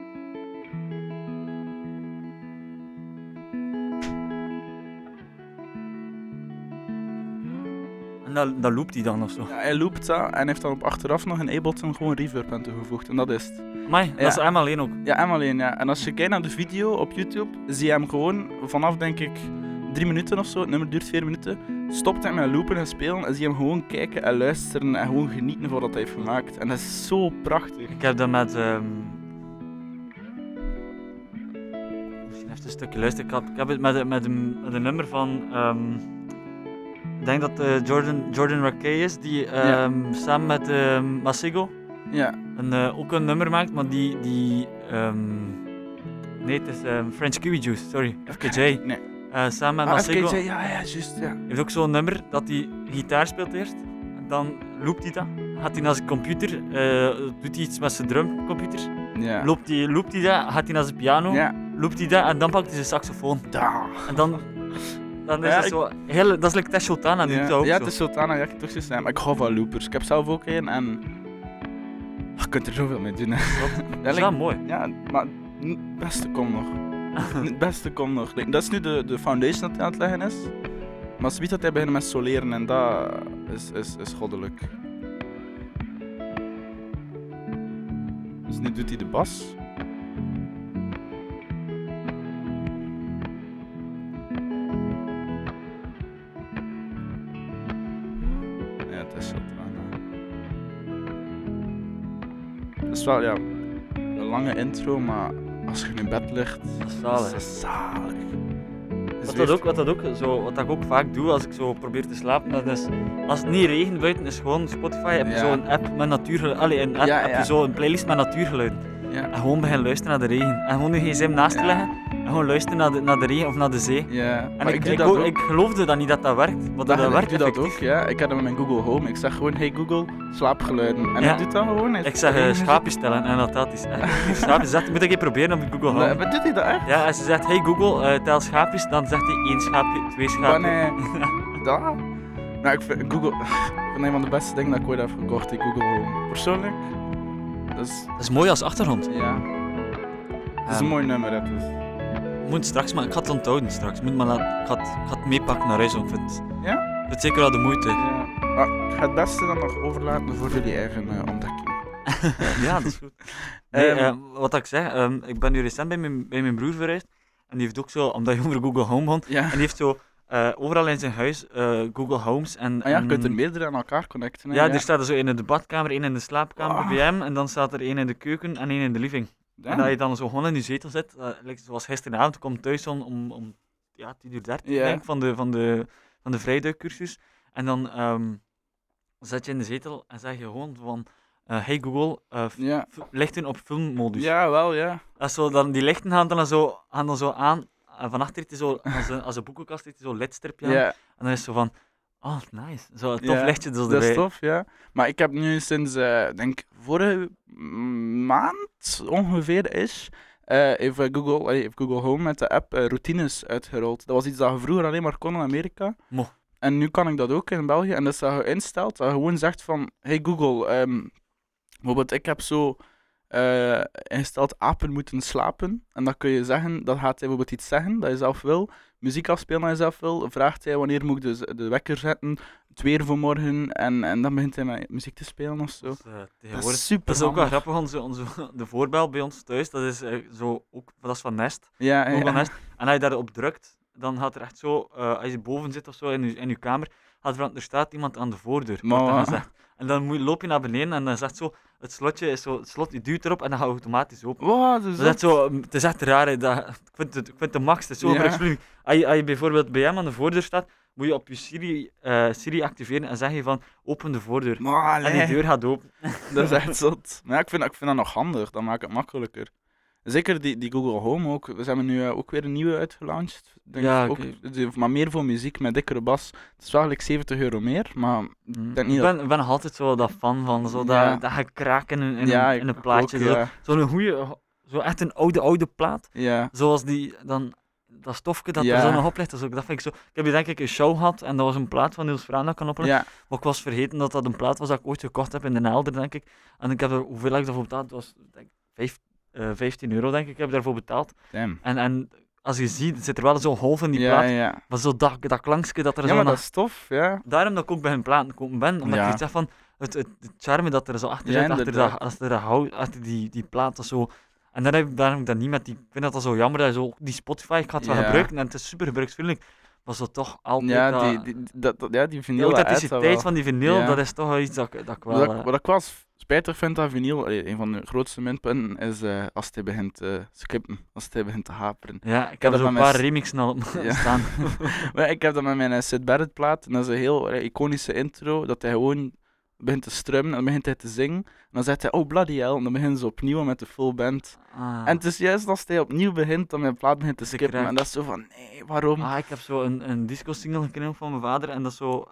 En dat loopt hij dan of zo. Ja, hij loopt dat en heeft dan op achteraf nog in Ableton gewoon reverb aan toegevoegd. En dat is het. Amai, dat is hem alleen ook. Ja, hem alleen, ja. En als je kijkt naar de video op YouTube, zie je hem gewoon vanaf, denk ik, 3 minuten of zo, het nummer duurt 4 minuten, stopt hij met loopen en spelen en zie je hem gewoon kijken en luisteren en gewoon genieten van wat hij heeft gemaakt. En dat is zo prachtig. Ik heb dat met... Misschien even een stukje luisteren. Ik heb het met een nummer van... ik denk dat Jordan Rakei is, die samen met Masego Ja, ook een nummer maakt, maar nee, het is French Kiwi Juice, sorry, FKJ. nee. Samen met Ah, Masego FKJ, ja, juist, ja. heeft ook zo'n nummer dat hij gitaar speelt eerst, en dan loopt hij dat. Gaat hij naar zijn computer, doet hij iets met zijn drumcomputer, Ja. loopt hij dat, gaat hij naar zijn piano, Ja. loopt hij dat en dan pakt hij zijn saxofoon. Da. En dan is Ja, het zo heel, dat is like Tesh Sultana, die doet dat ook Ja, zo. het is Sultana, ja, ik heb toch zo staan. Maar ik hou van loopers. Ik heb zelf ook een en... Je kunt er zoveel mee doen, hè. Dat is wel mooi. Ja, maar het beste komt nog. Het beste komt nog. Dat is nu de foundation dat hij aan het leggen is. Maar zoiets dat hij begint met soleren en dat is goddelijk. Dus nu doet hij de bas. Ja, het is Sultana. Het is wel, ja, een lange intro, maar als je in bed ligt, Dat is zalig. is het zalig. Wat ik ook vaak doe als ik zo probeer te slapen, dat is, als het niet regent buiten, is gewoon Spotify, heb je Ja. zo'n app met natuurgeluiden. Allee, een app, Ja, heb ja. je zo een playlist met natuurgeluiden. Ja, En gewoon beginnen luisteren naar de regen. En gewoon je gsm naast te Ja. leggen, en gewoon luisteren naar de regen of naar de zee. ja. En Maar ik doe dat ook. ik geloofde dan niet dat dat werkt, maar dat ik werkt doe dat effectief. ook, ja. Ik heb dat met mijn Google Home. Ik zeg gewoon, hey Google, slaapgeluiden. En Ja. hij doet dat gewoon. Hij Ik zeg zegt, schaapjes stellen en dat is echt. Schaapjes, moet ik even proberen op Google Nee, Home. maar doet hij dat echt? Ja, als je zegt, hey Google, tel schaapjes, dan zegt hij 1 schaapje, 2 schaapjes. Wanneer? Dat? Nou, ik vind Google... Ik vind een van de beste dingen dat ik ooit heb gekocht, die Google Home. Persoonlijk. Dus, Dat is mooi als achtergrond. ja. Het is een mooi nummer, hè, dus. Moet straks, maar ik ga het onthouden straks. Ik ga het meepakken naar huis. Ik vind Ja? het zeker wel de moeite. Ja. Maar ik ga het beste dan nog overlaten voor jullie eigen ontdekking. Ja, dat is goed. Nee, Ehm, wat ik zeg, ik ben nu recent bij mijn broer verhuisd. En die heeft ook zo, omdat je over Google Home begon, Ja. en die heeft zo overal in zijn huis Google Homes. En, Ah ja, je en- kunt er meerdere aan elkaar connecten. Hè? Ja, er staat er zo één in de badkamer, één in de slaapkamer Ah. bij hem. En dan staat er één in de keuken en één in de living. Ja. En dat je dan zo gewoon in je zetel zit, zoals gisteravond, ik kom thuis om 10:30 Ja. denk ik, van de vrijduikcursus. En dan zet je in de zetel en zeg je gewoon van, hey Google, Ja. lichten op filmmodus. Ja, wel, ja. Dat is zo, dan, die lichten gaan dan zo aan, en van achter heeft hij zo, als een boekenkast heeft hij zo'n ledstripje aan. Ja. En dan is het zo van, oh nice, zo een tof Ja, lichtje dus Dat erbij. is tof, ja. Maar ik heb nu sinds, denk vorige maand ongeveer heeft Google Home met de app routines uitgerold. Dat was iets dat je vroeger alleen maar kon in Amerika. Mo. En nu kan ik dat ook in België. En dat is dat je instelt, dat je gewoon zegt van... Hey Google, bijvoorbeeld ik heb zo ingesteld apen moeten slapen. En dan kun je zeggen, dan gaat hij bijvoorbeeld iets zeggen dat je zelf wil. Muziek afspelen dat je zelf wil. Vraagt hij wanneer moet ik de wekker zetten. Het weer voor morgen. En dan begint hij met muziek te spelen of zo. Dus, Dat tegenwoordig is super dat is ook wel handig. grappig, de voorbeeld bij ons thuis, dat is, dat is van Nest, Ja, Google ja. Nest. En als je daarop drukt, dan gaat er echt zo, als je boven zit of zo in je kamer, gaat er staat iemand aan de voordeur, wordt dan Maar- gezegd. En dan loop je naar beneden en dan zegt zo, het slotje is zo, het slot, je duwt erop en dan gaat het automatisch open. Wow, Dat is echt zo, het is echt raar, hè, ik vind het de max, het is zo Ja. gebruiksvriendelijk. Als je bijvoorbeeld bij hem aan de voordeur staat, moet je op je Siri activeren en zeg je van, open de voordeur. Maar, En die allee. deur gaat open. Dat is echt zot. Maar ja, ik vind dat nog handig. Dat maakt het makkelijker. Zeker die Google Home ook. We hebben nu ook weer een nieuwe uitgelanceerd. Denk Ja, ik ook, oké. maar meer voor muziek met dikkere bas. Het is wel eigenlijk €70 meer, maar ik denk niet Ik dat... ben nog altijd zo dat fan van, zo Ja. dat gekraak in Ja, een ik plaatje. ook, Zo, ja. zo'n goeie, zo echt een oude plaat. Ja. Zoals dat stofje dat Ja. er zo nog op ligt. Dat vind ik zo. Ik heb hier denk ik een show gehad en dat was een plaat van Niels Vraan dat ik kan opleggen. Ja. Maar ik was vergeten dat dat een plaat was dat ik ooit gekocht heb in de Nelder, denk ik. En ik heb er, hoeveel heb ik daarvoor betaald? Het was denk ik, €15 denk ik, heb ik daarvoor betaald. Damn. En als je ziet, zit er wel zo'n golf in die Ja, plaat. ja. Maar zo dat klankje dat er Ja, zo maar nog... dat is tof, ja. Daarom dat ik ook bij hun platen gekomen ben, omdat Ja. ik zeg van het charme dat er zo achter Ja, zit, inderdaad. achter die platen zo. En daarom heb ik dat niet met die. Ik vind dat zo jammer dat je zo die Spotify, ik ga het wel Ja. gebruiken en het is super gebruiksvriendelijk, maar zo toch altijd Ja, dat, die die vinyl, dat authenticiteit van die vinyl, Ja. dat is toch wel iets dat ik wel. Wat ik wel spijtig vind aan vinyl, een van de grootste minpunten, is als hij begint te skippen, als hij begint te haperen. Ja, ik dat heb er zo'n met paar mijn remixen al op Ja. staan. Maar ik heb dat met mijn Syd Barrett plaat, en dat is een heel iconische intro, dat hij gewoon begint te strummen, en dan begint hij te zingen, en dan zegt hij, oh bloody hell, en dan beginnen ze opnieuw met de full band. Ah. En het is juist als hij opnieuw begint, dat mijn plaat begint te De skippen, crack. en dat is zo van, nee, waarom? Ah, ik heb zo een disco-single gekregen van mijn vader en dat is zo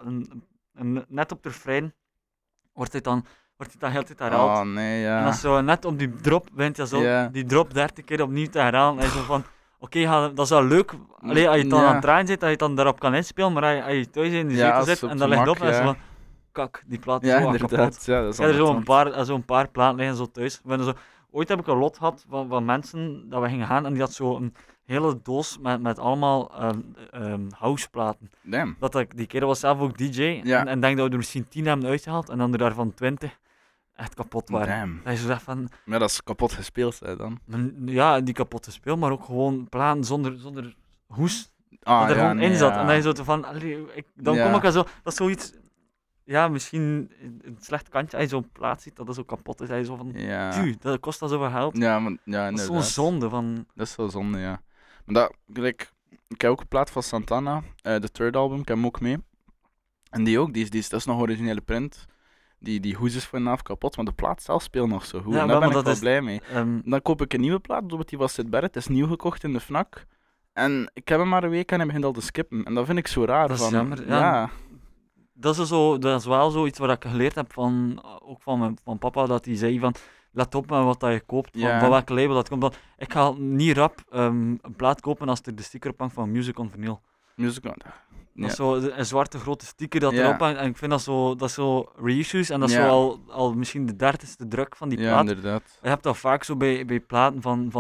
net op de refrein wordt hij dan heel tijd herhaald. Oh nee, En ja. dat is zo net op die drop, bent je zo, Ja. die drop 30 keer opnieuw te herhalen. En je zo van, oké, dat is wel leuk, allee, als je dan Ja. aan het draaien zit, dat je dan daarop kan inspelen, maar als je thuis in de Ja, zetel als zit op en de dat ligt mak, op, en je zo ja. van, kak, die plaat is Ja, zo kapot. inderdaad. Ja, dat is Ik heb er ambetant. zo'n paar platen liggen zo thuis. Ik ben zo, ooit heb ik een lot gehad van mensen dat we gingen gaan en die had zo een hele doos met allemaal houseplaten. Damn. Die kerel was zelf ook DJ Ja. en denk dat we er misschien 10 hebben uitgehaald en dan er daarvan 20 echt kapot waren. Damn. Dat je zo zegt van, Maar dat is kapot gespeeld, hè, dan. ja, die kapotte speel, maar ook gewoon platen zonder hoes. Ah, dat er gewoon nee, in zat. ja. En dan je zo te van, dan Ja. kom ik al zo, dat is zoiets, ja, misschien een slecht kantje, als je zo'n plaat ziet dat dat zo kapot is, dat je zo van, Ja. "Tuur, dat kost dat zoveel geld. Ja, maar, ja, Dat is zo'n inderdaad. zonde van, Dat is wel zonde, ja. Maar dat, ik heb ook een plaat van Santana, de third album, ik heb hem ook mee. En die ook, dat is nog originele print. Die hoes is vanaf kapot, maar de plaat zelf speelt nog zo goed. Ja, en wel, daar ben maar ik dat wel is- blij mee. Dan koop ik een nieuwe plaat, bijvoorbeeld die van Syd Barrett, is nieuw gekocht in de FNAC. En ik heb hem maar een week en hij begint al te skippen. En dat vind ik zo raar. Dat is van, jammer, ja. dat is wel zoiets wat ik geleerd heb ook van papa, dat hij zei van, let op met wat dat je koopt, Ja. van welke label dat komt. Want ik ga niet rap een plaat kopen als er de sticker op hangt van Music on Vinyl. Music, Dat ja. is zo een zwarte grote sticker dat Ja. erop hangt. En ik vind dat is zo reissues. En dat is Ja. zo al misschien de 30ste druk van die Ja, plaat. inderdaad. Je hebt dat vaak zo bij platen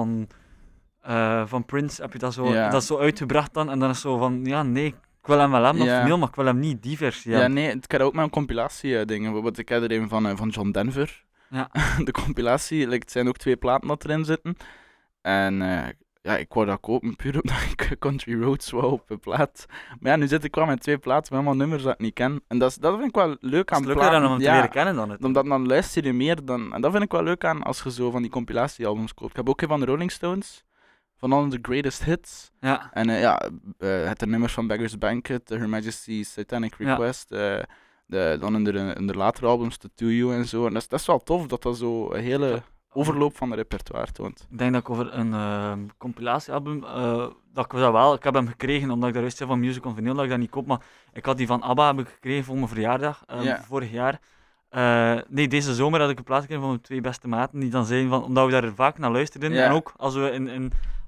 van Prince. Heb je dat zo, Ja. dat is zo uitgebracht dan. En dan is zo van, ja nee, ik wil hem wel hebben op Ja. vinyl, maar ik wil hem niet die versie Ja, hebben. nee, ik heb ook met een compilatie dingen. Bijvoorbeeld, ik heb er een van John Denver. Ja. De compilatie, het zijn ook 2 platen dat erin zitten. En ja, ik wou dat kopen puur omdat ik Country Roads wou op een plaat. Maar ja, nu zit ik wel met 2 platen met allemaal nummers dat ik niet ken. En dat vind ik wel leuk Het aan is leuker platen. dan om hem te Ja, leren kennen dan het. omdat dan luister je meer dan... En dat vind ik wel leuk aan als je zo van die compilatiealbums koopt. Ik heb ook een van de Rolling Stones. Van al de greatest hits. Ja. En het de nummers van Beggar's Banquet, Her Majesty's Satanic Ja. Request, dan in de latere albums, The To You en zo. En dat is wel tof dat dat zo een hele overloop van de repertoire toont. Ik denk dat ik over een compilatiealbum, dat ik dat wel, ik heb hem gekregen omdat ik daar juist zei van Music on Vinyl, dat ik dat niet koop, maar ik had die van ABBA heb ik gekregen voor mijn verjaardag, Ja. vorig jaar. Nee, deze zomer had ik een plaat gekregen van mijn 2 beste maten, die dan zeiden van, omdat we daar vaak naar luisterden, Ja. en ook als we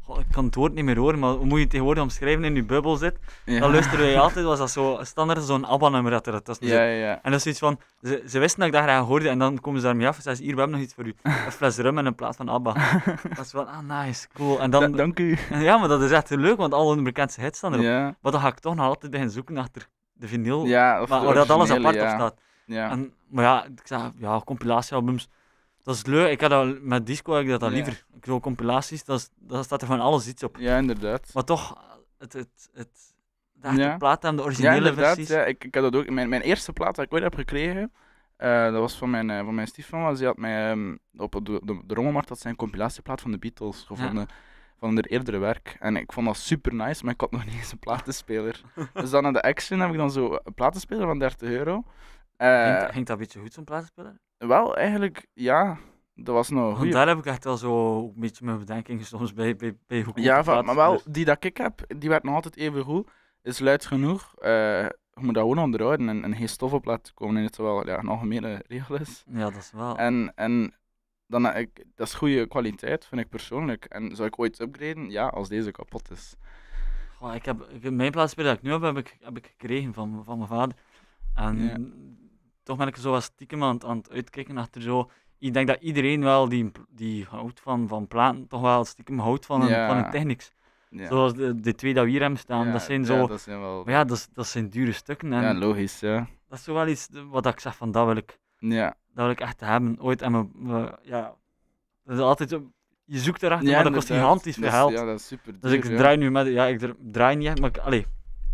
Goh, ik kan het woord niet meer horen, maar hoe moet je het tegenwoordig omschrijven in je bubbel zit? Ja. Dan luisteren wij altijd, was dat zo standaard zo'n ABBA-nummer dat er tussen zit. Ja, ja. En dat is zoiets van, ze wisten dat ik dat graag hoorde en dan komen ze daarmee af en zeggen ze, hier, we hebben nog iets voor u. Een fles rum en een plaat van ABBA. Dat is van, nice, cool. En dan, Dank u. ja, maar dat is echt leuk, want alle bekendste hits staan erop. Ja, Maar dan ga ik toch nog altijd beginnen zoeken achter de vinyl, ja of waar, de waar dat alles originele, apart op ja. staat. Ja. En, maar ja, ik zeg, ja, compilatiealbums, dat is leuk. Ik had dat, met disco heb ik dat Ja. liever. Ik wil compilaties, daar staat er van alles iets op. Ja, inderdaad. Maar toch, de echte Ja. plaat en de Ja, originele inderdaad. versies. Ja, ik had dat ook. Mijn eerste plaat dat ik ooit heb gekregen, dat was van mijn stiefmama. Die had mij op de Rommelmarkt had zij een compilatieplaat van de Beatles gevonden. Van hun eerdere werk. En ik vond dat super nice, maar ik had nog niet eens een platenspeler. Dus dan aan de Action heb ik dan zo een platenspeler van €30. Ging dat een beetje goed, zo'n platenspeler? Wel, eigenlijk, ja. Dat was nog Want goed. daar heb ik echt wel zo een beetje mijn bedenkingen soms bij goedkope Ja, maar wel, platenspelers. die dat ik heb, die werd nog altijd even goed. Is luid genoeg. Je moet dat gewoon onderhouden en geen stof op laten komen. En het wel een algemene regel is. Ja, dat is wel. En dan, dat is goede kwaliteit, vind ik persoonlijk. En zou ik ooit upgraden? Ja, als deze kapot is. Goh, mijn platenspeler dat ik nu heb ik gekregen van mijn vader. En Ja. toch ben ik zo wat stiekem aan het uitkijken achter zo. Ik denk dat iedereen wel die houdt van platen, toch wel stiekem houdt van Ja. een Technics. Ja. Zoals de twee dat we hier hebben staan, Ja, dat zijn ja, zo. dat zijn wel... Maar ja, dat zijn dure stukken. En ja, logisch, ja. dat is zo wel iets wat ik zeg van dat wil ik echt hebben. Ooit en ja, dat is altijd zo, je zoekt erachter, maar dat kost inderdaad. gigantisch veel Dat is- geld. Ja, dat is super Dus duur, ik ja. draai nu ik draai niet echt, maar ik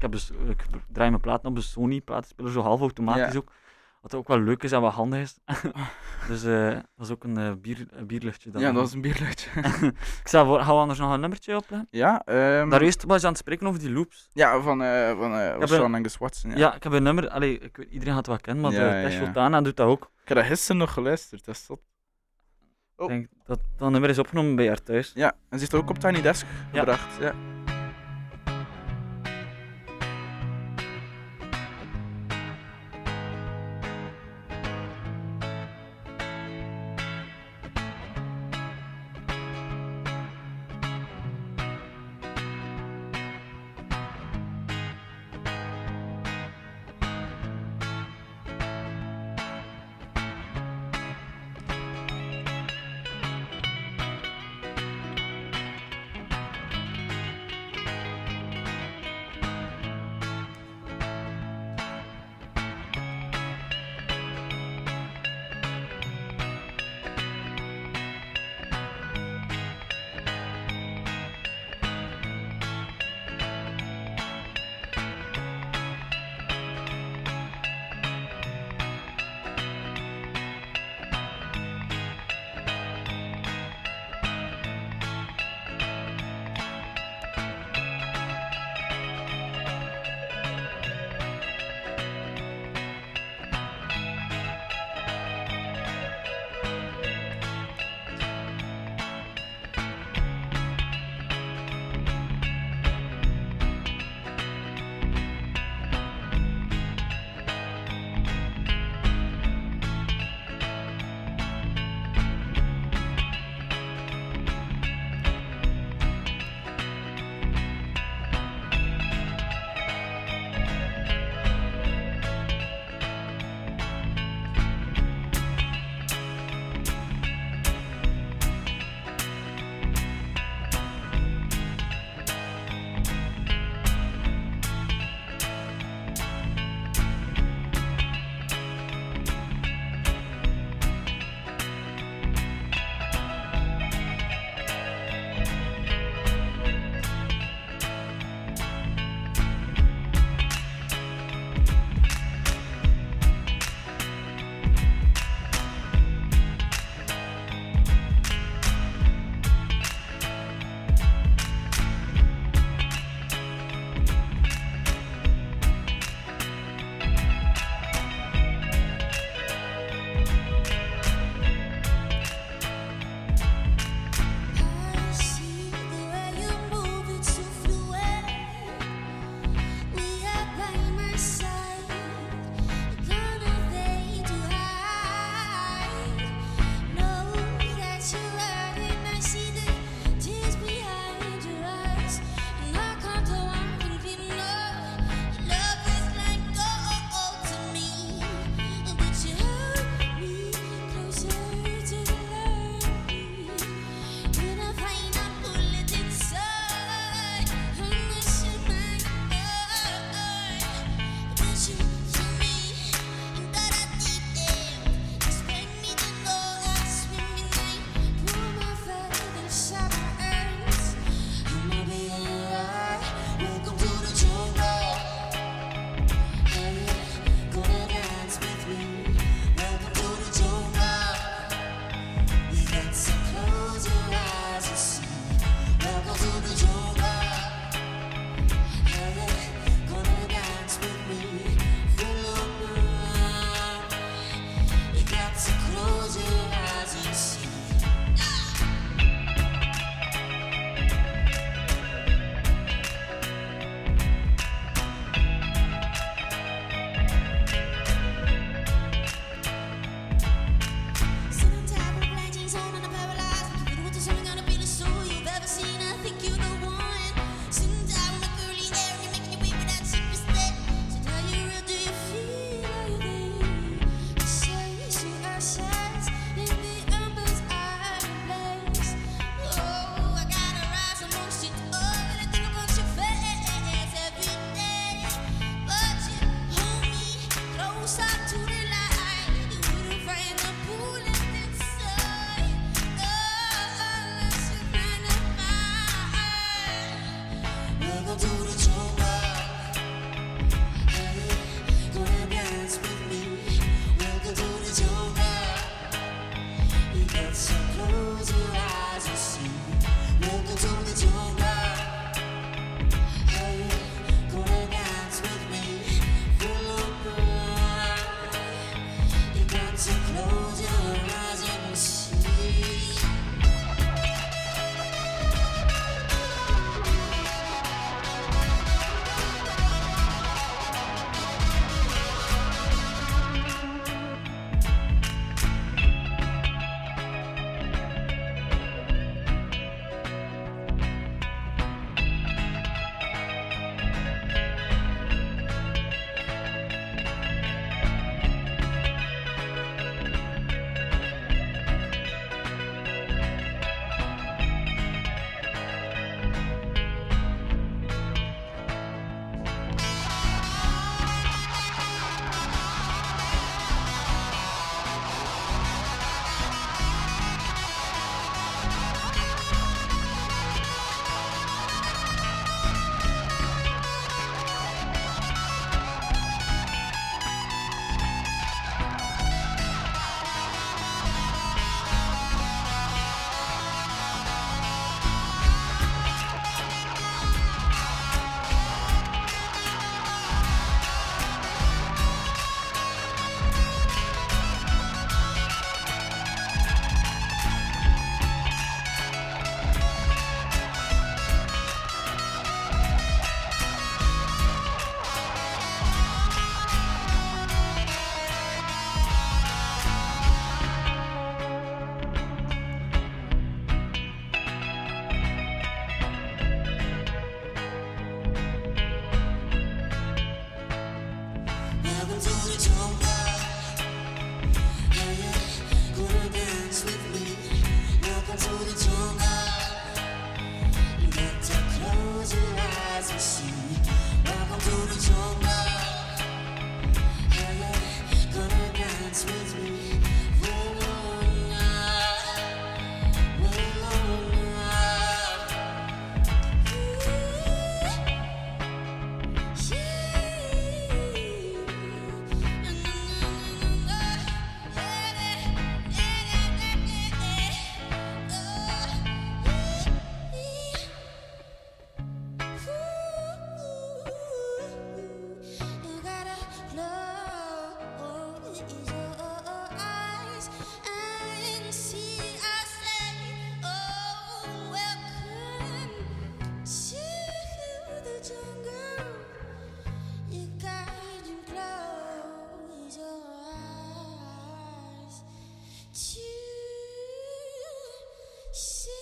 draai mijn platen op een Sony platenspeler, zo half automatisch Ja. ook. Wat ook wel leuk is en wat handig is. Dus dat is ook een bierluchtje. Ja, dat is een bierluidje. Ik stel voor, gaan we anders nog een nummertje opleggen? Ja, Daar eerst was je aan het spreken over die loops. ja, van heb Sean Angus Watson. Ja. Ja, ik heb een nummer, ik weet, iedereen gaat het wel kennen, maar Ja, de Tesh ja. Sultana doet dat ook. Ik heb dat gisteren nog geluisterd, dat is zot. Oh. Ik denk dat dat nummer is opgenomen bij haar thuis. Ja, en ze is ook op Tiny Desk Ja. gebracht. Ja. You get so close your eyes, you see. Look into the jungle. Hey, gonna dance with me. Follow me. You got to close your eyes and you see. Welcome to the jungle. Hey, gonna dance with me. Welcome to the jungle. You got to close your eyes and see. Welcome to the jungle. Hey, gonna dance with me. Follow me. You gotta close your eyes and see. I say, oh, welcome to the jungle. You gotta close your eyes to see.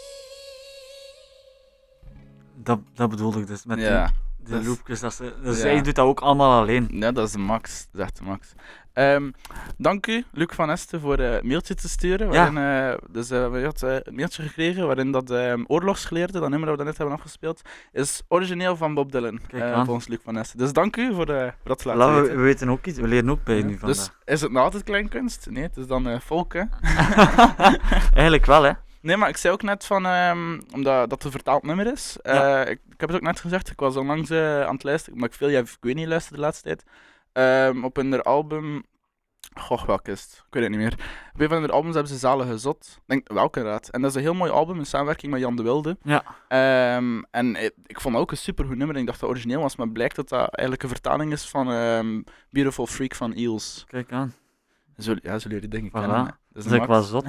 Dat bedoelde ik dus met Ja, die dat is- loopjes. Dus ja. zij doet dat ook allemaal alleen. Ja, dat is de max. Dat is echt de max. Dank u, Luc van Esten, voor een mailtje te sturen. Ja. Waarin, we had een mailtje gekregen waarin dat oorlogsgeleerde, dat nummer dat we net hebben afgespeeld, is origineel van Bob Dylan, Kijk aan. volgens Luc van Esten. Dus dank u voor dat te laten Laten we, weten. we weten ook iets, we leren ook bij Ja. nu vandaag. Dus is het nou altijd kleinkunst? Nee, het is dan folk, hè? Eigenlijk wel, hè? Nee, maar ik zei ook net van, omdat dat een vertaald nummer is. Ja. Ik heb het ook net gezegd, ik was onlangs aan het luisteren, maar ik veel niet luisterde de laatste tijd. Op hun album, goh, welke is het? Ik weet het niet meer. Op een van hun albums hebben ze Zalige Zot. Ik denk, welke raad? En dat is een heel mooi album in samenwerking met Jan de Wilde. Ja. En ik vond dat ook een supergoed nummer. En ik dacht dat het origineel was, maar blijkt dat dat eigenlijk een vertaling is van Beautiful Freak van Eels. Kijk aan. Zullen jullie denk ik Voilà. kennen, hè? Dat een is max. ook wel zot.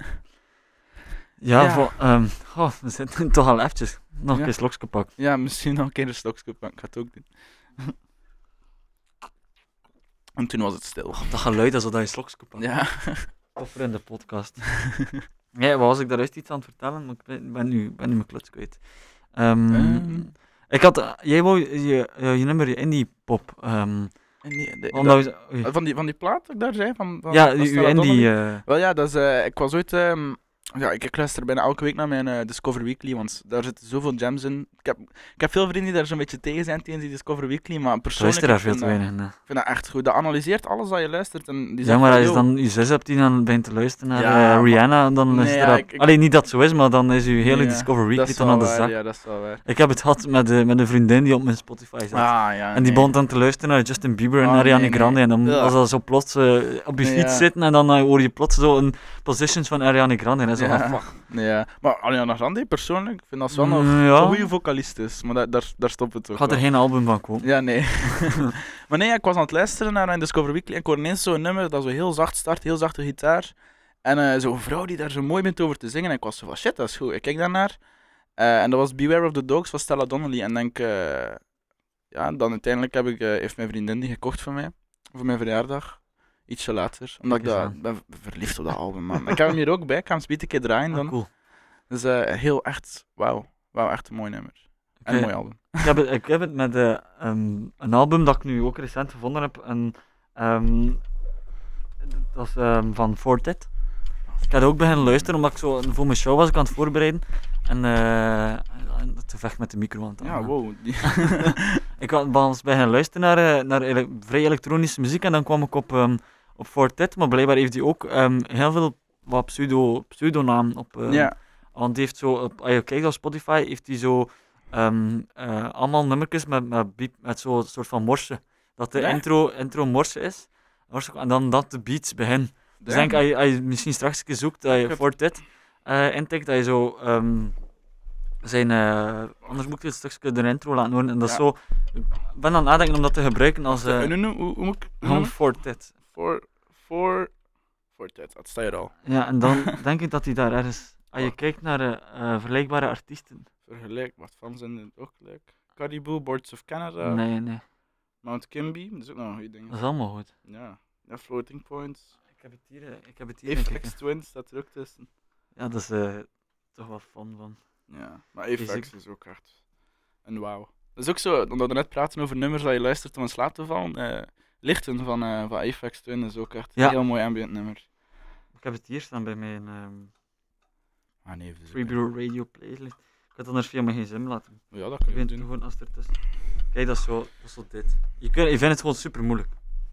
Ja, Ja. we zitten toch al eventjes. Nog Ja. een keer slokje pakken. Ja, misschien nog een keer een stokje pakken. Ik ga het ook doen. En toen was het stil. Dat geluid alsof je slokje pakt. Ja. Toffer in de podcast. Ja, wat was ik daar juist iets aan het vertellen? Maar ik ben nu mijn kluts kwijt. Ik had... jij wou je nummer, je indie pop... En omdat we- van die plaat dat ik daar zei? Van ja, van je Stella indie... Donnelly? Wel ja, dat is, ik was ooit Ja, ik luister bijna elke week naar mijn Discover Weekly, want daar zitten zoveel gems in. Ik heb veel vrienden die daar zo'n beetje tegen zijn, tegen die Discover Weekly, maar Ik persoonlijk luister daar ik veel vind te dat, weinig naar. ik vind dat echt goed. Dat analyseert alles dat je luistert en die Ja, zegt maar van, als je yo, dan je zus hebt die dan begint te luisteren naar Ja, maar- Rihanna, dan is Nee, er ja, dat... Allee, niet dat het zo is, maar dan is je hele nee, Discover dat Weekly is toch wel aan de waar, zak. ja, dat is wel waar. Ik heb het gehad met een vriendin die op mijn Spotify zat. Ah, ja, En die begon dan te luisteren naar Justin Bieber en Oh, Ariana nee, nee. Grande. En dan Ja. was dat zo plots op je Nee, fiets ja. zitten en dan hoor je plots zo een positions van Ariana Grande. En zo Ja. van, fuck. Nee, ja. Maar Ariana Grande, persoonlijk, ik vind dat ze wel nog Ja. een goede vocalist is, maar daar stopt het ook Gaat er wel. geen album van komen. Ja, nee. Maar nee, ik was aan het luisteren naar mijn Discover Weekly en ik hoorde ineens zo'n nummer dat zo heel zacht start, heel zachte gitaar. En zo'n vrouw die daar zo mooi bent over te zingen. En ik was zo van, shit, dat is goed. Ik kijk daarnaar. En dat was Beware of the Dogs van Stella Donnelly. En denk, ja, dan uiteindelijk heeft mijn vriendin die gekocht voor mij. Voor mijn verjaardag. Ietsje later. Omdat ik Kijk eens aan. ben verliefd op dat album, man. Ik heb hem hier ook bij. Ik ga hem speed een keer draaien Ah, dan. cool. Dus heel echt, wauw. Wauw, echt een mooi nummer. En een Oké. mooi album. Ik heb het met een album dat ik nu ook recent gevonden heb. Dat is van Fortet. Ik had ook beginnen luisteren omdat ik zo voor mijn show was ik aan het voorbereiden. En te vecht met de micro aan het Ja, aangaan. wow. Ik was beginnen luisteren naar vrij elektronische muziek en dan kwam ik op Fortet, maar blijkbaar heeft hij ook heel veel wat pseudonaam op. Ja, Want die heeft zo, als je kijkt op Spotify, heeft hij zo allemaal nummertjes met zo'n soort van morse. Dat de Ja? intro morse is. En dan dat de beats beginnen. Dus damn. denk, als je misschien straks een keer zoekt, dat je heb- Fortet intikt, dat je zo zijn... anders moet ik het stukje de intro laten horen. En dat is Ja. zo... Ik ben aan het nadenken om dat te gebruiken als... Hoe moet ik gewoon Fortet. Voor tijd, dat staat hier al. Ja, en dan denk ik dat hij daar ergens... Als je kijkt naar vergelijkbare artiesten... Vergelijk, wat van zijn het ook gelijk. Caribou, Boards of Canada, Nee. Mount Kimby, dat is ook nog een goede ding. Dat is allemaal goed. Ja, Floating Points. Ik heb het hier gekeken. Apex Twins staat er ook tussen. Ja, dat is toch wel fun van. Ja, maar Is Apex is ook hard. En wauw. Dat is ook zo, omdat we net praten over nummers dat je luistert om in slaap te vallen. Lichten van Apex Twin is ook echt Ja. een heel mooi ambient nummer. Ik heb het hier staan bij mijn Ah nee, dus Free Bureau Radio playlist. Ik had het anders via mijn gsm laten. ja, dat Ik kun je vind doen. gewoon als er tussen. Kijk, dat is zo dit. Je vindt het gewoon super moeilijk.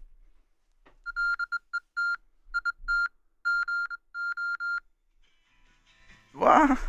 Wat?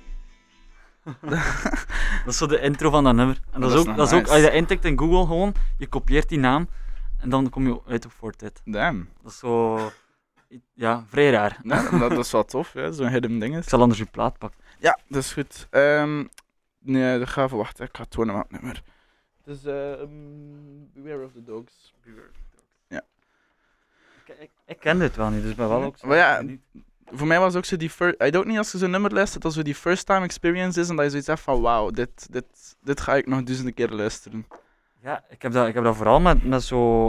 Dat is zo de intro van dat nummer. En dat is ook, nog als je nice. dat intikt in Google gewoon, je kopieert die naam en dan kom je uit op Fortet. Damn. Dat is zo. Ja, vrij raar. Nee, dat is wel tof, hè, zo'n hidden ding Ik is. zal anders je plaat pakken. Ja, dat is goed. Nee, dat gaat even wachten. Ik ga het tonen met het nummer. Het is Beware of the Dogs. Ja. Ik ken dit wel niet, dus ik ben wel ook zo. Maar ja, benieuwd. Voor mij was ook zo die first... Ik ook niet als je zo'n nummer luistert, dat zo die first time experience is en dat je zoiets hebt van wauw, dit ga ik nog duizenden keer luisteren. Ja, ik heb dat vooral met zo.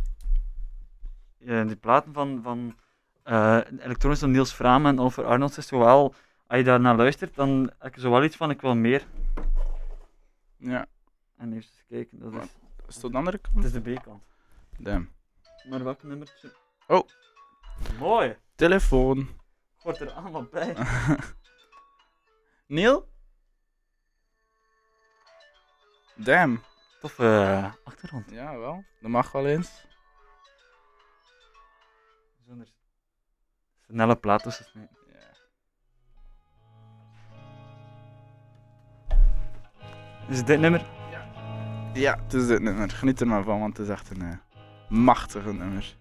Die platen van elektronisch van Niels Fraam en Oliver Arnolds is zo wel. Als je daarnaar luistert, dan heb je zo wel iets van ik wil meer. Ja, En even eens kijken, dat Wat? is, is het op de andere het kant? is de B-kant. Damn. Maar welk nummertje? Oh. Mooi! Telefoon. Hoort er allemaal bij. Neil? Damn. Toffe achtergrond. Ja, wel. Dat mag wel eens. Zonder snelle plaat tussen snijden. Ja. Is het dit nummer? Ja, het is dit nummer. Geniet er maar van, want het is echt een machtige nummer.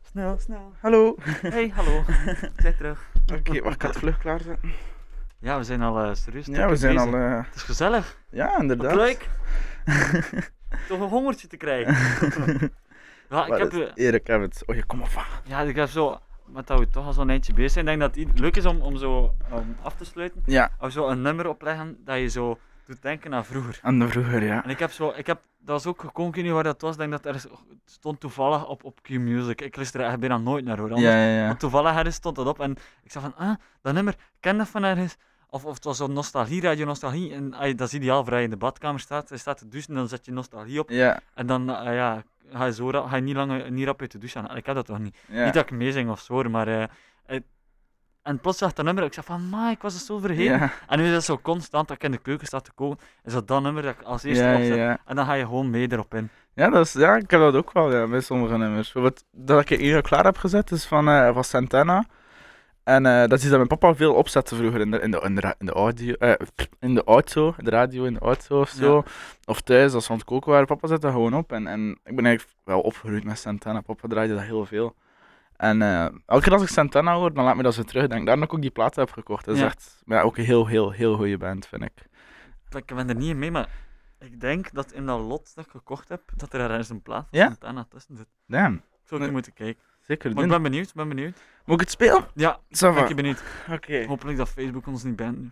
Snel, snel. Hallo. Hey, hallo. Zeg terug. Oké, wacht, ik ga het vlug klaarzetten. Ja, we zijn al serieus. Ja, we zijn bezig. al... Het is gezellig. Ja, Wat inderdaad. leuk. Toch een hongertje te krijgen. Ja, Maar Erik, heb het. Oh, je kom op. Ja, ik heb zo, met dat we toch al zo'n eindje bezig zijn, ik denk dat het leuk is om zo af te sluiten. Ja, Of zo een nummer opleggen dat je zo doet denken aan vroeger. aan de vroeger, ja. En dat was ook gekomen, ik weet niet waar dat was, ik denk dat er het stond toevallig op Q-Music. Ik luister er echt bijna nooit naar hoor. Anders. Ja, ja, ja. Maar toevallig ergens stond dat op en ik zei van, dat nummer, ik ken dat van ergens. Of het was zo'n nostalgie, radio nostalgie. En dat is ideaal voor als je in de badkamer staat. Je staat te douchen, dan zet je nostalgie op. Ja, En dan ga je niet rap uit de douche gaan. Ik heb dat toch niet. ja. Niet dat ik meezing of zo, hoor, maar... en plots zag dat nummer, ik zei van, ik was het zo vergeten. Ja, En nu is dat zo constant dat ik in de keuken sta te koken, is dat nummer dat ik als eerste ja, opzet. ja. En dan ga je gewoon mee erop in. Ja, ja, ik heb dat ook wel, ja, bij sommige nummers. Bijvoorbeeld, dat ik hier klaar heb gezet, is van Santana. En dat is dat mijn papa veel opzette vroeger in de audio, in de auto, in de radio, in de auto of zo. Ja. Of thuis, als we aan het koken waren, papa zette dat gewoon op. En ik ben eigenlijk wel opgegroeid met Santana, papa draaide dat heel veel. En elke keer als ik Santana hoor, dan laat me dat zo terug. Ik denk daarom dat ik ook die platen heb gekocht. Dat is Ja. echt, maar ja, ook een heel goede band, vind ik. Ik ben er niet in mee, maar ik denk dat in dat lot dat ik gekocht heb, dat er ergens een plaat van Ja? Santana tussen zit. Damn, Ik zou Nee. ik moeten kijken. zeker Maar ik doen. ben benieuwd. Moet ik het spelen? Ja, Ça ben va. ik benieuwd. Oké. Hopelijk dat Facebook ons niet bent nu.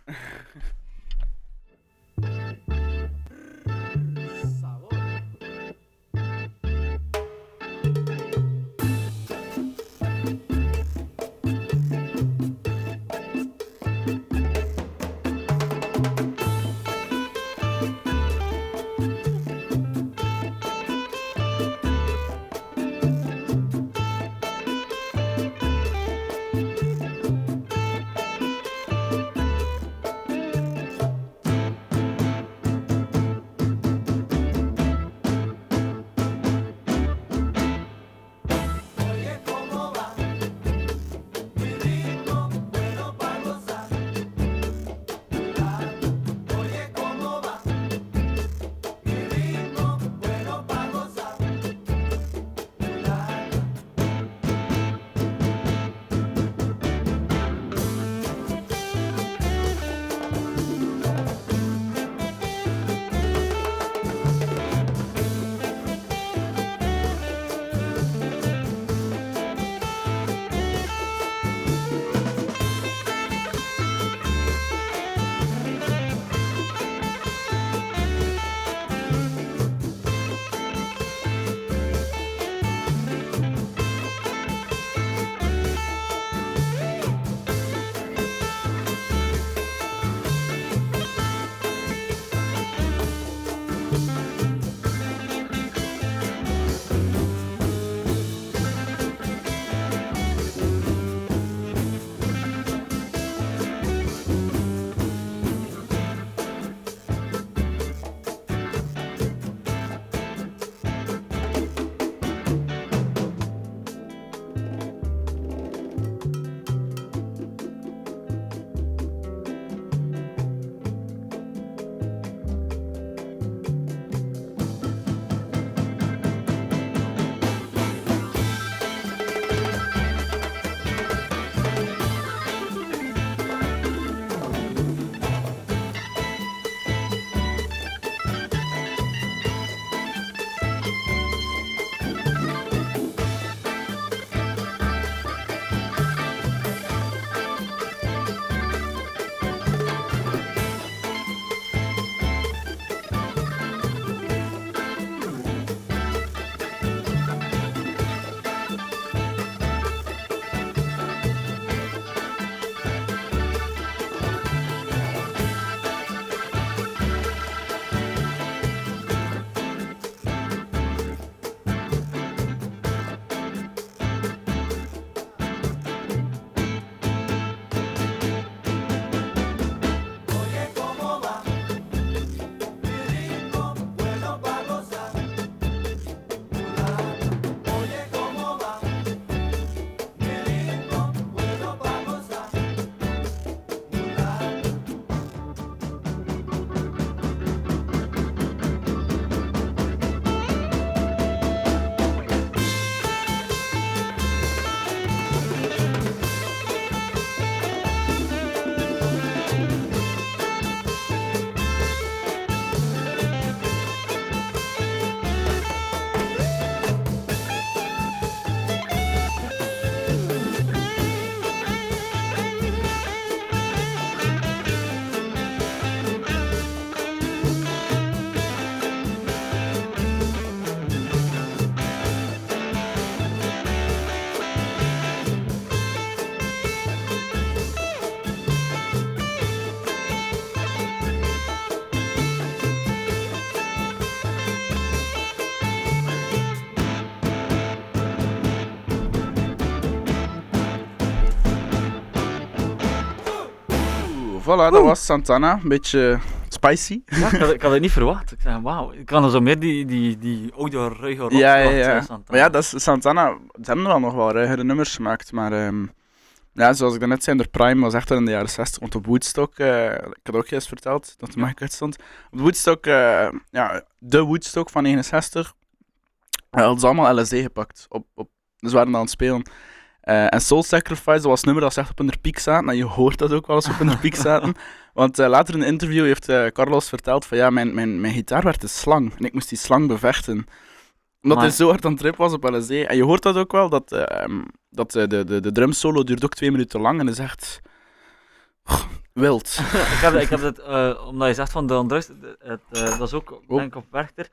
Voilà, dat was Santana. Een beetje spicy. Ja, ik had het niet verwacht. Ik zei, wauw, ik kan er zo meer die oude, ruige rock Ja, verwachten, Maar ja, dat is Santana. Ze hebben wel nog wel ruigere nummers gemaakt, maar ja, zoals ik daarnet zei, de prime was echt wel in de jaren 60. Want op Woodstock, ik had ook juist verteld dat de mic uitstond. Op Woodstock, ja, de Woodstock van 69, hadden ze allemaal LSD gepakt. Dus ze waren aan het spelen. En Soul Sacrifice, dat was een nummer dat ze echt op hun piek zaten. En je hoort dat ook wel eens op hun piek zaten. Want later in een interview heeft Carlos verteld van ja, mijn gitaar werd een slang. En ik moest die slang bevechten. Omdat hij zo hard aan het trip was op LSD. En je hoort dat ook wel, dat de drumsolo duurt ook 2 minuten lang. En dat is echt wild. ik heb het, omdat je zegt van de onrust, dat is ook, denk ik, op Werchter.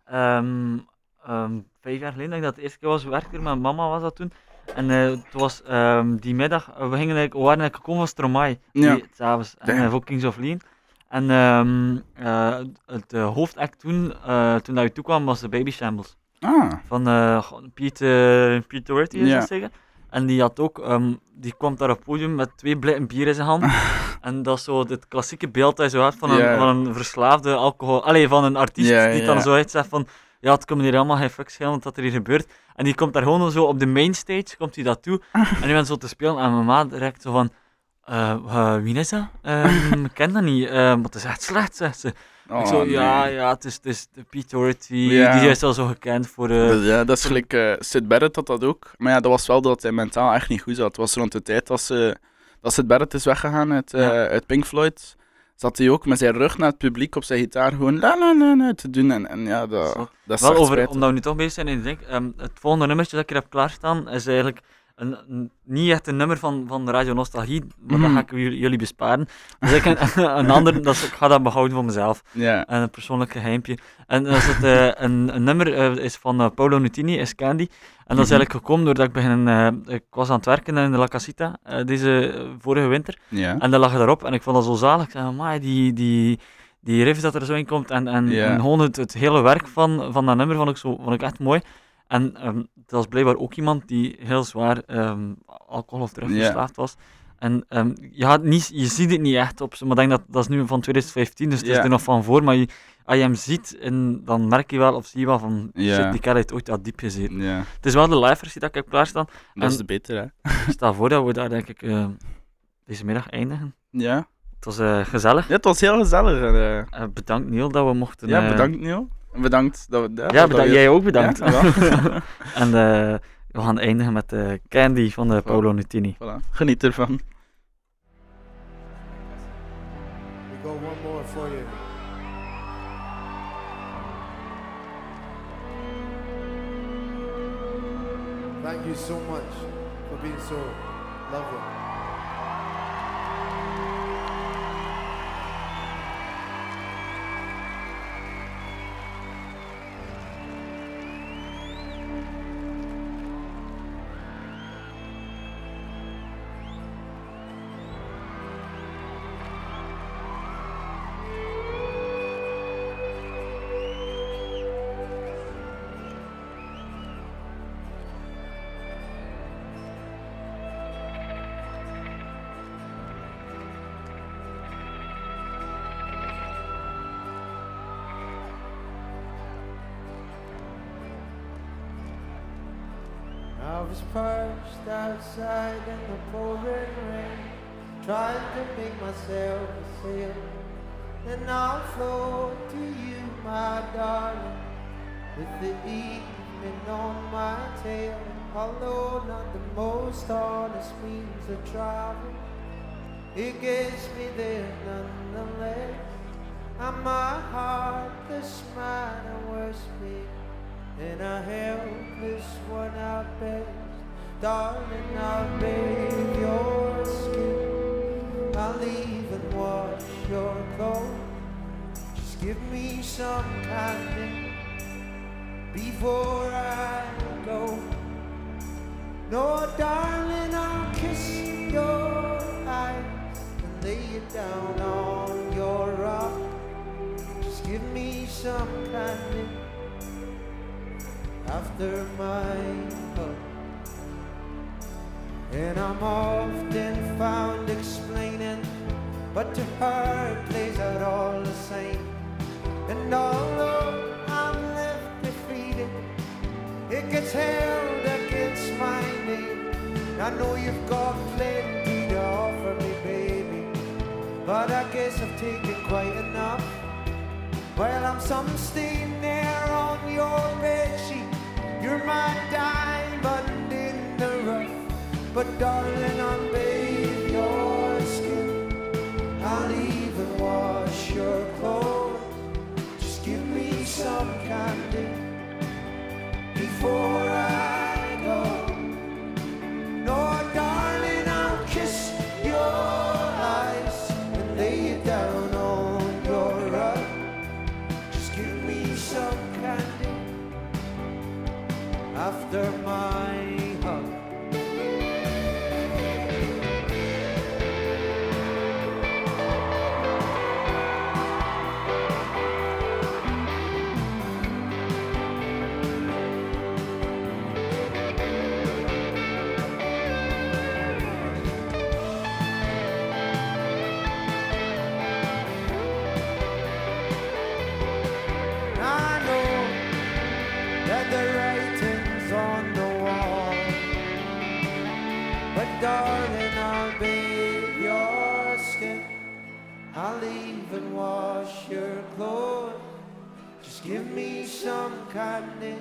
5 jaar geleden, denk ik dat het de eerste keer was Werchter, mijn mama was dat toen. En het was die middag, we waren eigenlijk gekomen van Stromae, s'avonds, en voor Kings of Leon. En het hoofdact toen dat je toekwam, was de Baby Shambles. Van Pete Doherty, is dat zeggen. En die had ook, die kwam daar op het podium met 2 blikken bier in zijn hand. En dat is zo het klassieke beeld dat je zo hebt van een verslaafde alcohol, van een artiest die dan zo uit zegt van ja, het komt hier allemaal geen fuck schelen wat er hier gebeurt. En die komt daar gewoon zo op de mainstage, komt hij dat toe. En die bent zo te spelen en mijn ma direct zo van wie is dat? Ik ken dat niet, maar het is echt slecht, zegt ze. Ik zo, het is de Pete Doherty, die is al zo gekend voor... ja, dat is gelijk, Syd Barrett had dat ook. Maar ja, dat was wel dat hij mentaal echt niet goed zat. Het was rond de tijd dat Syd Barrett is weggegaan uit Pink Floyd. Zat hij ook met zijn rug naar het publiek op zijn gitaar gewoon la la la te doen. En ja, dat is wel echt over, spijtig. omdat we nu toch bezig zijn, en ik denk, het volgende nummertje dat ik hier heb klaarstaan is eigenlijk niet echt een nummer van Radio Nostalgie, maar dat ga ik jullie besparen. Dus ik een ander, ik ga dat behouden voor mezelf. Yeah. Een persoonlijk geheimpje. En als het een nummer is van Paolo Nutini, is Candy. En dat is eigenlijk gekomen doordat ik was aan het werken in de La Casita deze vorige winter. En dan lag je daarop en ik vond dat zo zalig. Ik zei, maar die riff dat er zo in komt en gewoon het hele werk van dat nummer vond ik echt mooi. En dat was blijkbaar ook iemand die heel zwaar alcohol of drugsverslaafd was. En je ziet het niet echt op ze, maar ik denk dat is nu van 2015, dus het is er nog van voor. Maar als je hem ziet, dan merk je wel of zie je wel van shit, die kerel heeft ooit dat diep gezeten. Het is wel de live versie dat ik heb klaarstaan. Dat is de betere, hè? Ik stel voor dat we daar denk ik deze middag eindigen. Ja. Het was gezellig. Ja, het was heel gezellig. Bedankt Neil dat we mochten... Ja, bedankt Neil. Bedankt dat we... jij ook bedankt. Ja, en we gaan eindigen met Candy van Paolo Nutini. Voilà. Geniet ervan. We go one more for you. Thank you so much for being so lovely. I was perched outside in the pouring rain, trying to make myself a sail. And I'll float to you, my darling, with the evening on my tail. Although not the most honest means of travel, it gets me there nonetheless. And my heart, the smile and worst me, and a helpless one at best. Darling, I'll bathe your skin, I'll even wash your clothes. Just give me some candy before I go. No, darling, I'll kiss your eyes and lay you down on your rock. Just give me some candy after my hug. And I'm often found explaining, but to taken quite enough. Well, I'm some stain there on your bedsheet. You're my diamond in the rough. But darling, I'll bathe your skin. I'll even wash your clothes. Just give me some candy before I go. No, darling, I'll kiss your eyes and lay you down on your rug. Just give me some candy after my hug. I know that the writing's on the wall, but darling, I'll bathe your skin. I'll even wash your clothes. Just give me some candy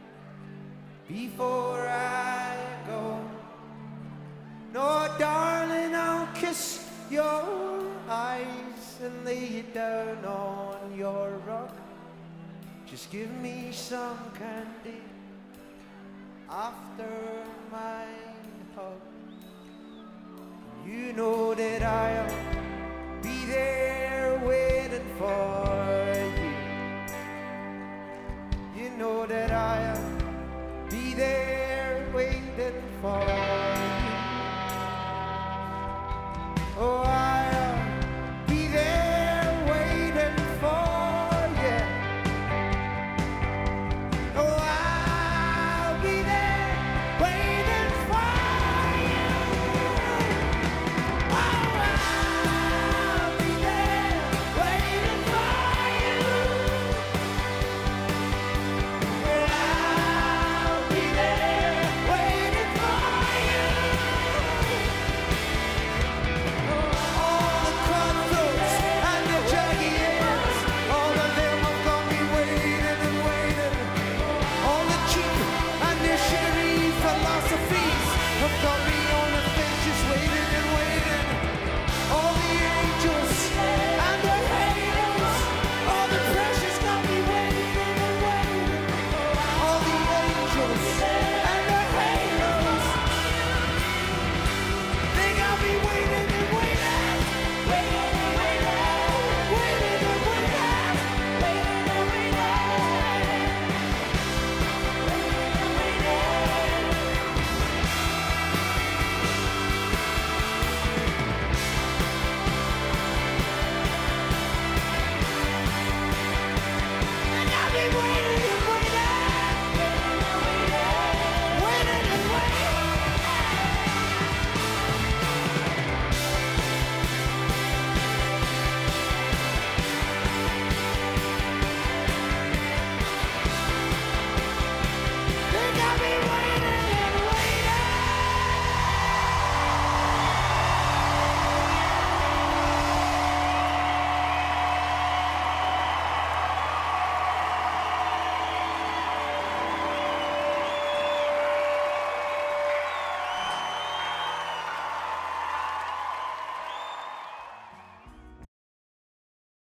before I go. No, darling, I'll kiss your eyes and lay you down on your rug. Just give me some candy after my hug. You know that I'll